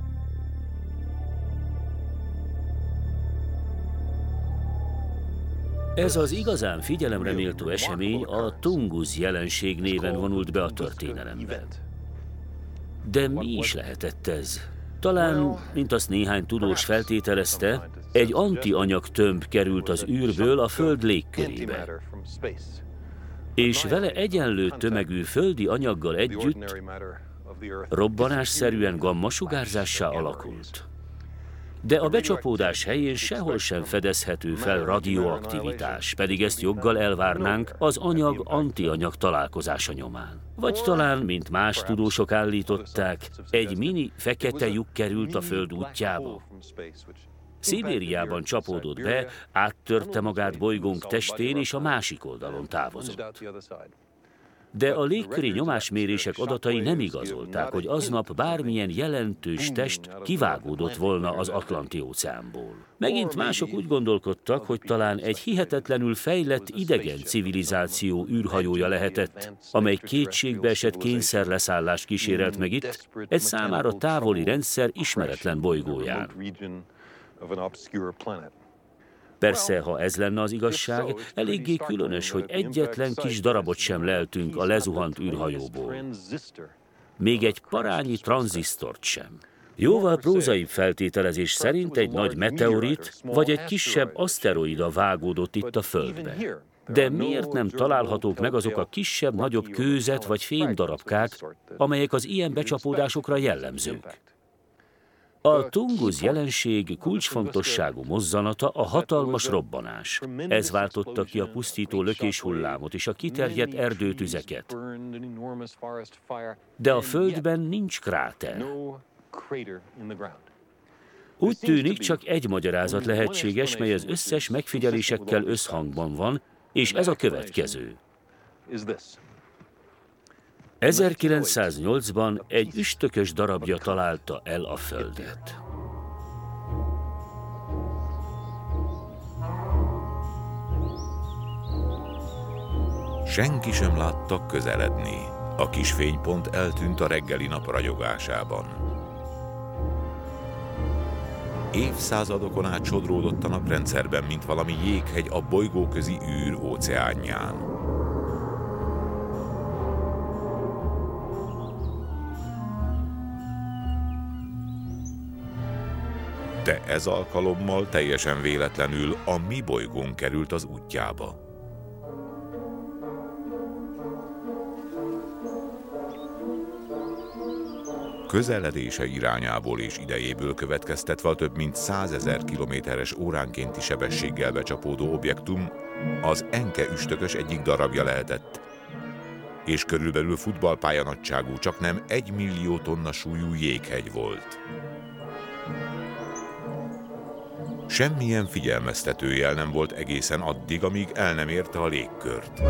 Ez az igazán figyelemre méltó esemény a Tunguz jelenség néven vonult be a történelembe. De mi is lehetett ez? Talán, mint azt néhány tudós feltételezte, egy antianyag tömb került az űrből a Föld légkörébe. És vele egyenlő tömegű földi anyaggal együtt robbanásszerűen gammasugárzássá alakult. De a becsapódás helyén sehol sem fedezhető fel radioaktivitás, pedig ezt joggal elvárnánk az anyag-antianyag találkozása nyomán. Vagy talán, mint más tudósok állították, egy mini fekete lyuk került a Föld útjába. Szibériában csapódott be, áttörte magát bolygónk testén és a másik oldalon távozott. De a légköri nyomásmérések adatai nem igazolták, hogy aznap bármilyen jelentős test kivágódott volna az Atlanti-óceánból. Megint mások úgy gondolkodtak, hogy talán egy hihetetlenül fejlett idegen civilizáció űrhajója lehetett, amely kétségbeesett kényszerleszállást kísérelt meg itt, egy számára távoli rendszer ismeretlen bolygóján. Persze, ha ez lenne az igazság, eléggé különös, hogy egyetlen kis darabot sem leltünk a lezuhant űrhajóból. Még egy parányi tranzisztort sem. Jóval prózaibb feltételezés szerint egy nagy meteorit vagy egy kisebb aszteroida vágódott itt a Földbe. De miért nem találhatók meg azok a kisebb-nagyobb kőzet vagy fémdarabkák, amelyek az ilyen becsapódásokra jellemzők? A Tungus jelenség kulcsfontosságú mozzanata a hatalmas robbanás. Ez váltotta ki a pusztító lökéshullámot és a kiterjedt erdőtüzeket. De a földben nincs kráter. Úgy tűnik, csak egy magyarázat lehetséges, mely az összes megfigyelésekkel összhangban van, és ez a következő. ezerkilencszáznyolcban egy üstökös darabja találta el a Földet. Senki sem látta közeledni. A kis fénypont eltűnt a reggeli nap ragyogásában. Évszázadokon át sodródott a naprendszerben, mint valami jéghegy a bolygóközi űr óceánján. De ez alkalommal teljesen véletlenül a mi bolygón került az útjába. Közeledése irányából és idejéből következtetve a több mint százezer kilométeres óránkénti sebességgel becsapódó objektum az Encke üstökös egyik darabja lehetett, és körülbelül futballpálya nagyságú, csaknem egy millió tonna súlyú jéghegy volt. Semmilyen figyelmeztető jel nem volt egészen addig, amíg el nem érte a légkört.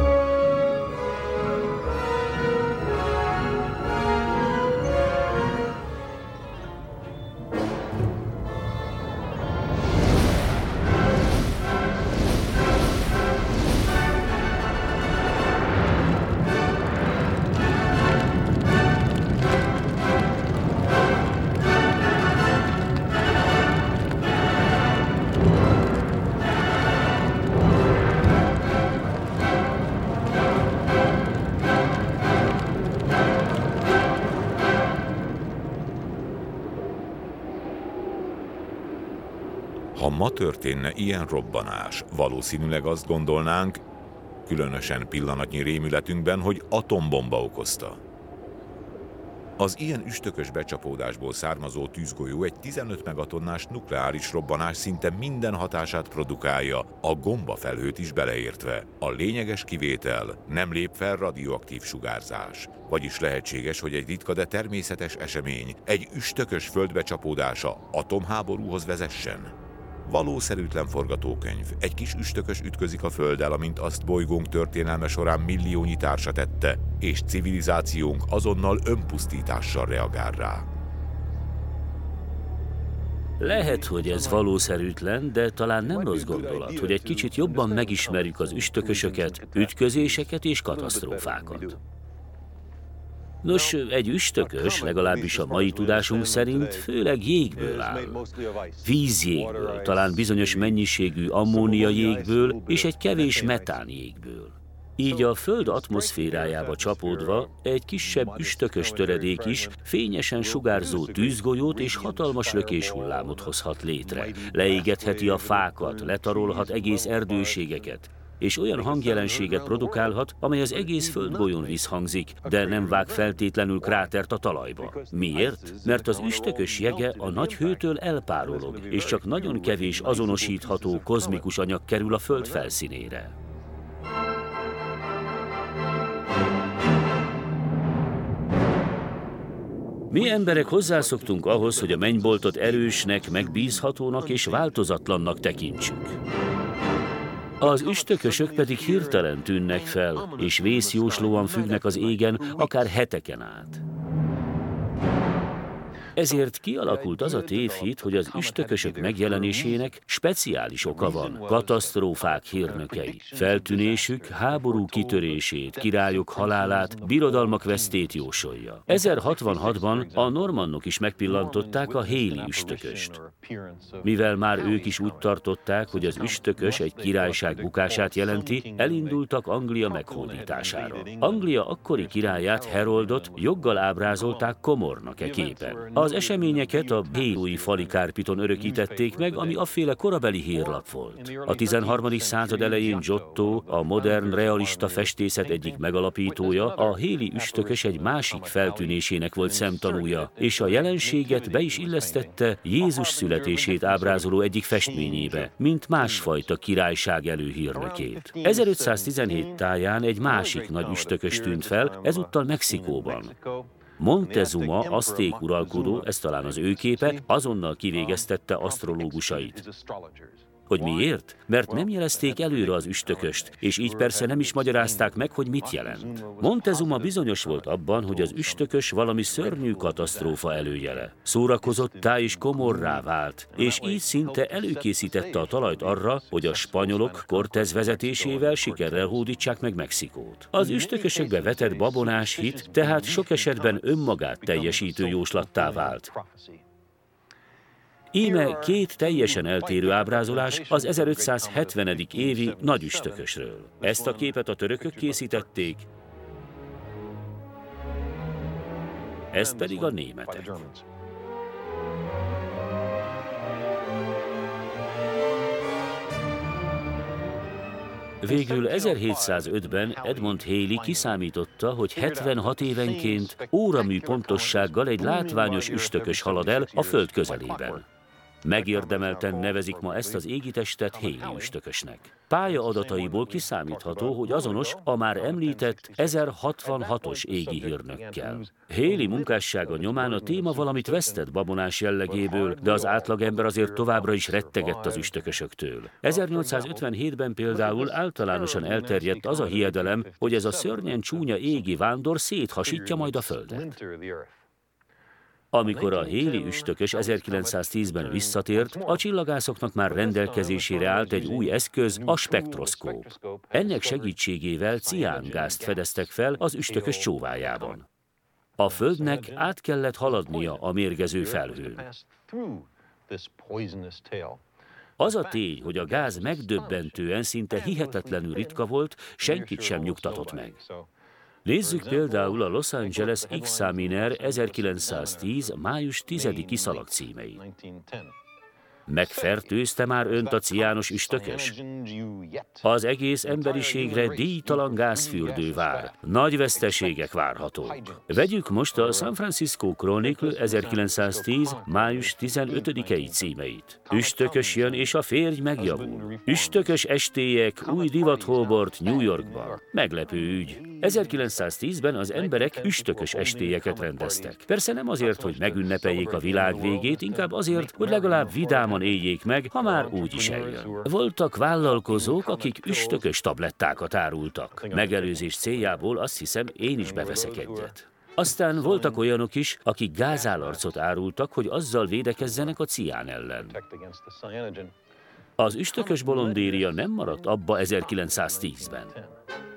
Ha ma történne ilyen robbanás, valószínűleg azt gondolnánk, különösen pillanatnyi rémületünkben, hogy atombomba okozta. Az ilyen üstökös becsapódásból származó tűzgolyó egy tizenöt megatonnás nukleáris robbanás szinte minden hatását produkálja, a gombafelhőt is beleértve. A lényeges kivétel, nem lép fel radioaktív sugárzás. Vagyis lehetséges, hogy egy ritka, de természetes esemény, egy üstökös földbecsapódása atomháborúhoz vezessen. Valószerűtlen forgatókönyv. Egy kis üstökös ütközik a Földdel, amint azt bolygónk történelme során milliónyi társa tette, és civilizációnk azonnal önpusztítással reagál rá. Lehet, hogy ez valószerűtlen, de talán nem rossz gondolat, hogy egy kicsit jobban megismerjük az üstökösöket, ütközéseket és katasztrófákat. Nos, egy üstökös, legalábbis a mai tudásunk szerint, főleg jégből áll. Vízjégből, talán bizonyos mennyiségű ammónia jégből és egy kevés metán jégből. Így a Föld atmoszférájába csapódva egy kisebb üstökös töredék is fényesen sugárzó tűzgolyót és hatalmas lökéshullámot hozhat létre. Leégetheti a fákat, letarolhat egész erdőségeket, és olyan hangjelenséget produkálhat, amely az egész földgolyón visszhangzik, de nem vág feltétlenül krátert a talajba. Miért? Mert az üstökös jege a nagy hőtől elpárolog, és csak nagyon kevés azonosítható kozmikus anyag kerül a Föld felszínére. Mi emberek hozzászoktunk ahhoz, hogy a mennyboltot erősnek, megbízhatónak és változatlannak tekintsük. Az üstökösök pedig hirtelen tűnnek fel, és vészjóslóan függnek az égen, akár heteken át. Ezért kialakult az a tévhit, hogy az üstökösök megjelenésének speciális oka van, katasztrófák hírnökei. Feltűnésük háború kitörését, királyok halálát, birodalmak vesztét jósolja. ezerhatvanhatban a normannok is megpillantották a Halley üstököst. Mivel már ők is úgy tartották, hogy az üstökös egy királyság bukását jelenti, elindultak Anglia meghódítására. Anglia akkori királyát, Haroldot joggal ábrázolták komornak e képen. Az eseményeket a Hélói fali kárpiton örökítették meg, ami afféle korabeli hírlap volt. A tizenharmadik század elején Giotto, a modern realista festészet egyik megalapítója, a héli üstökös egy másik feltűnésének volt szemtanúja, és a jelenséget be is illesztette Jézus születését ábrázoló egyik festményébe, mint másfajta királyság előhírnökét. ezerötszáztizenhét táján egy másik nagy üstökös tűnt fel, ezúttal Mexikóban. Montezuma, azték uralkodó, ez talán az ő képe, azonnal kivégeztette asztrológusait. Hogy miért? Mert nem jelezték előre az üstököst, és így persze nem is magyarázták meg, hogy mit jelent. Montezuma bizonyos volt abban, hogy az üstökös valami szörnyű katasztrófa előjele. Szórakozottá és komorrá vált, és így szinte előkészítette a talajt arra, hogy a spanyolok Cortés vezetésével sikerrel hódítsák meg Mexikót. Az üstökösökbe vetett babonás hit tehát sok esetben önmagát teljesítő jóslattá vált. Íme két teljesen eltérő ábrázolás az ezerötszázhetvenedik évi nagy üstökösről. Ezt a képet a törökök készítették, ezt pedig a németek. Végül ezerhétszázötben Edmund Halley kiszámította, hogy hetvenhat évenként óramű pontossággal egy látványos üstökös halad el a Föld közelében. Megérdemelten nevezik ma ezt az égitestet Halley üstökösnek. Pályadataiból kiszámítható, hogy azonos a már említett ezerhatvanhatos égi hírnökkel. Halley munkássága nyomán a téma valamit vesztett babonás jellegéből, de az átlagember azért továbbra is rettegett az üstökösöktől. ezernyolcszázötvenhétben például általánosan elterjedt az a hiedelem, hogy ez a szörnyen csúnya égi vándor széthasítja majd a Földet. Amikor a Halley üstökös ezerkilencszáztízben visszatért, a csillagászoknak már rendelkezésére állt egy új eszköz, a spektroszkóp. Ennek segítségével ciángázt fedeztek fel az üstökös csóvájában. A Földnek át kellett haladnia a mérgező felhőn. Az a tény, hogy a gáz megdöbbentően, szinte hihetetlenül ritka volt, senkit sem nyugtatott meg. Nézzük például a Los Angeles Examiner ezerkilencszáztíz. május tizediki szalagcímeit. Megfertőzte már önt a ciános üstökös? Az egész emberiségre díjtalan gázfürdő vár. Nagy veszteségek várhatók. Vegyük most a San Francisco Chronicle ezerkilencszáztíz. május tizenötödikei címeit. Üstökös jön és a férj megjavul. Üstökös estélyek, új divathóbort New Yorkban. Meglepő ügy. ezerkilencszáztízben az emberek üstökös estélyeket rendeztek. Persze nem azért, hogy megünnepeljék a világ végét, inkább azért, hogy legalább vidáman éljék meg, ha már úgy is eljön. Voltak vállalkozók, akik üstökös tablettákat árultak. Megelőzés céljából azt hiszem, én is beveszek egyet. Aztán voltak olyanok is, akik gázálarcot árultak, hogy azzal védekezzenek a cián ellen. Az üstökös bolondéria nem maradt abba ezerkilencszáztízben.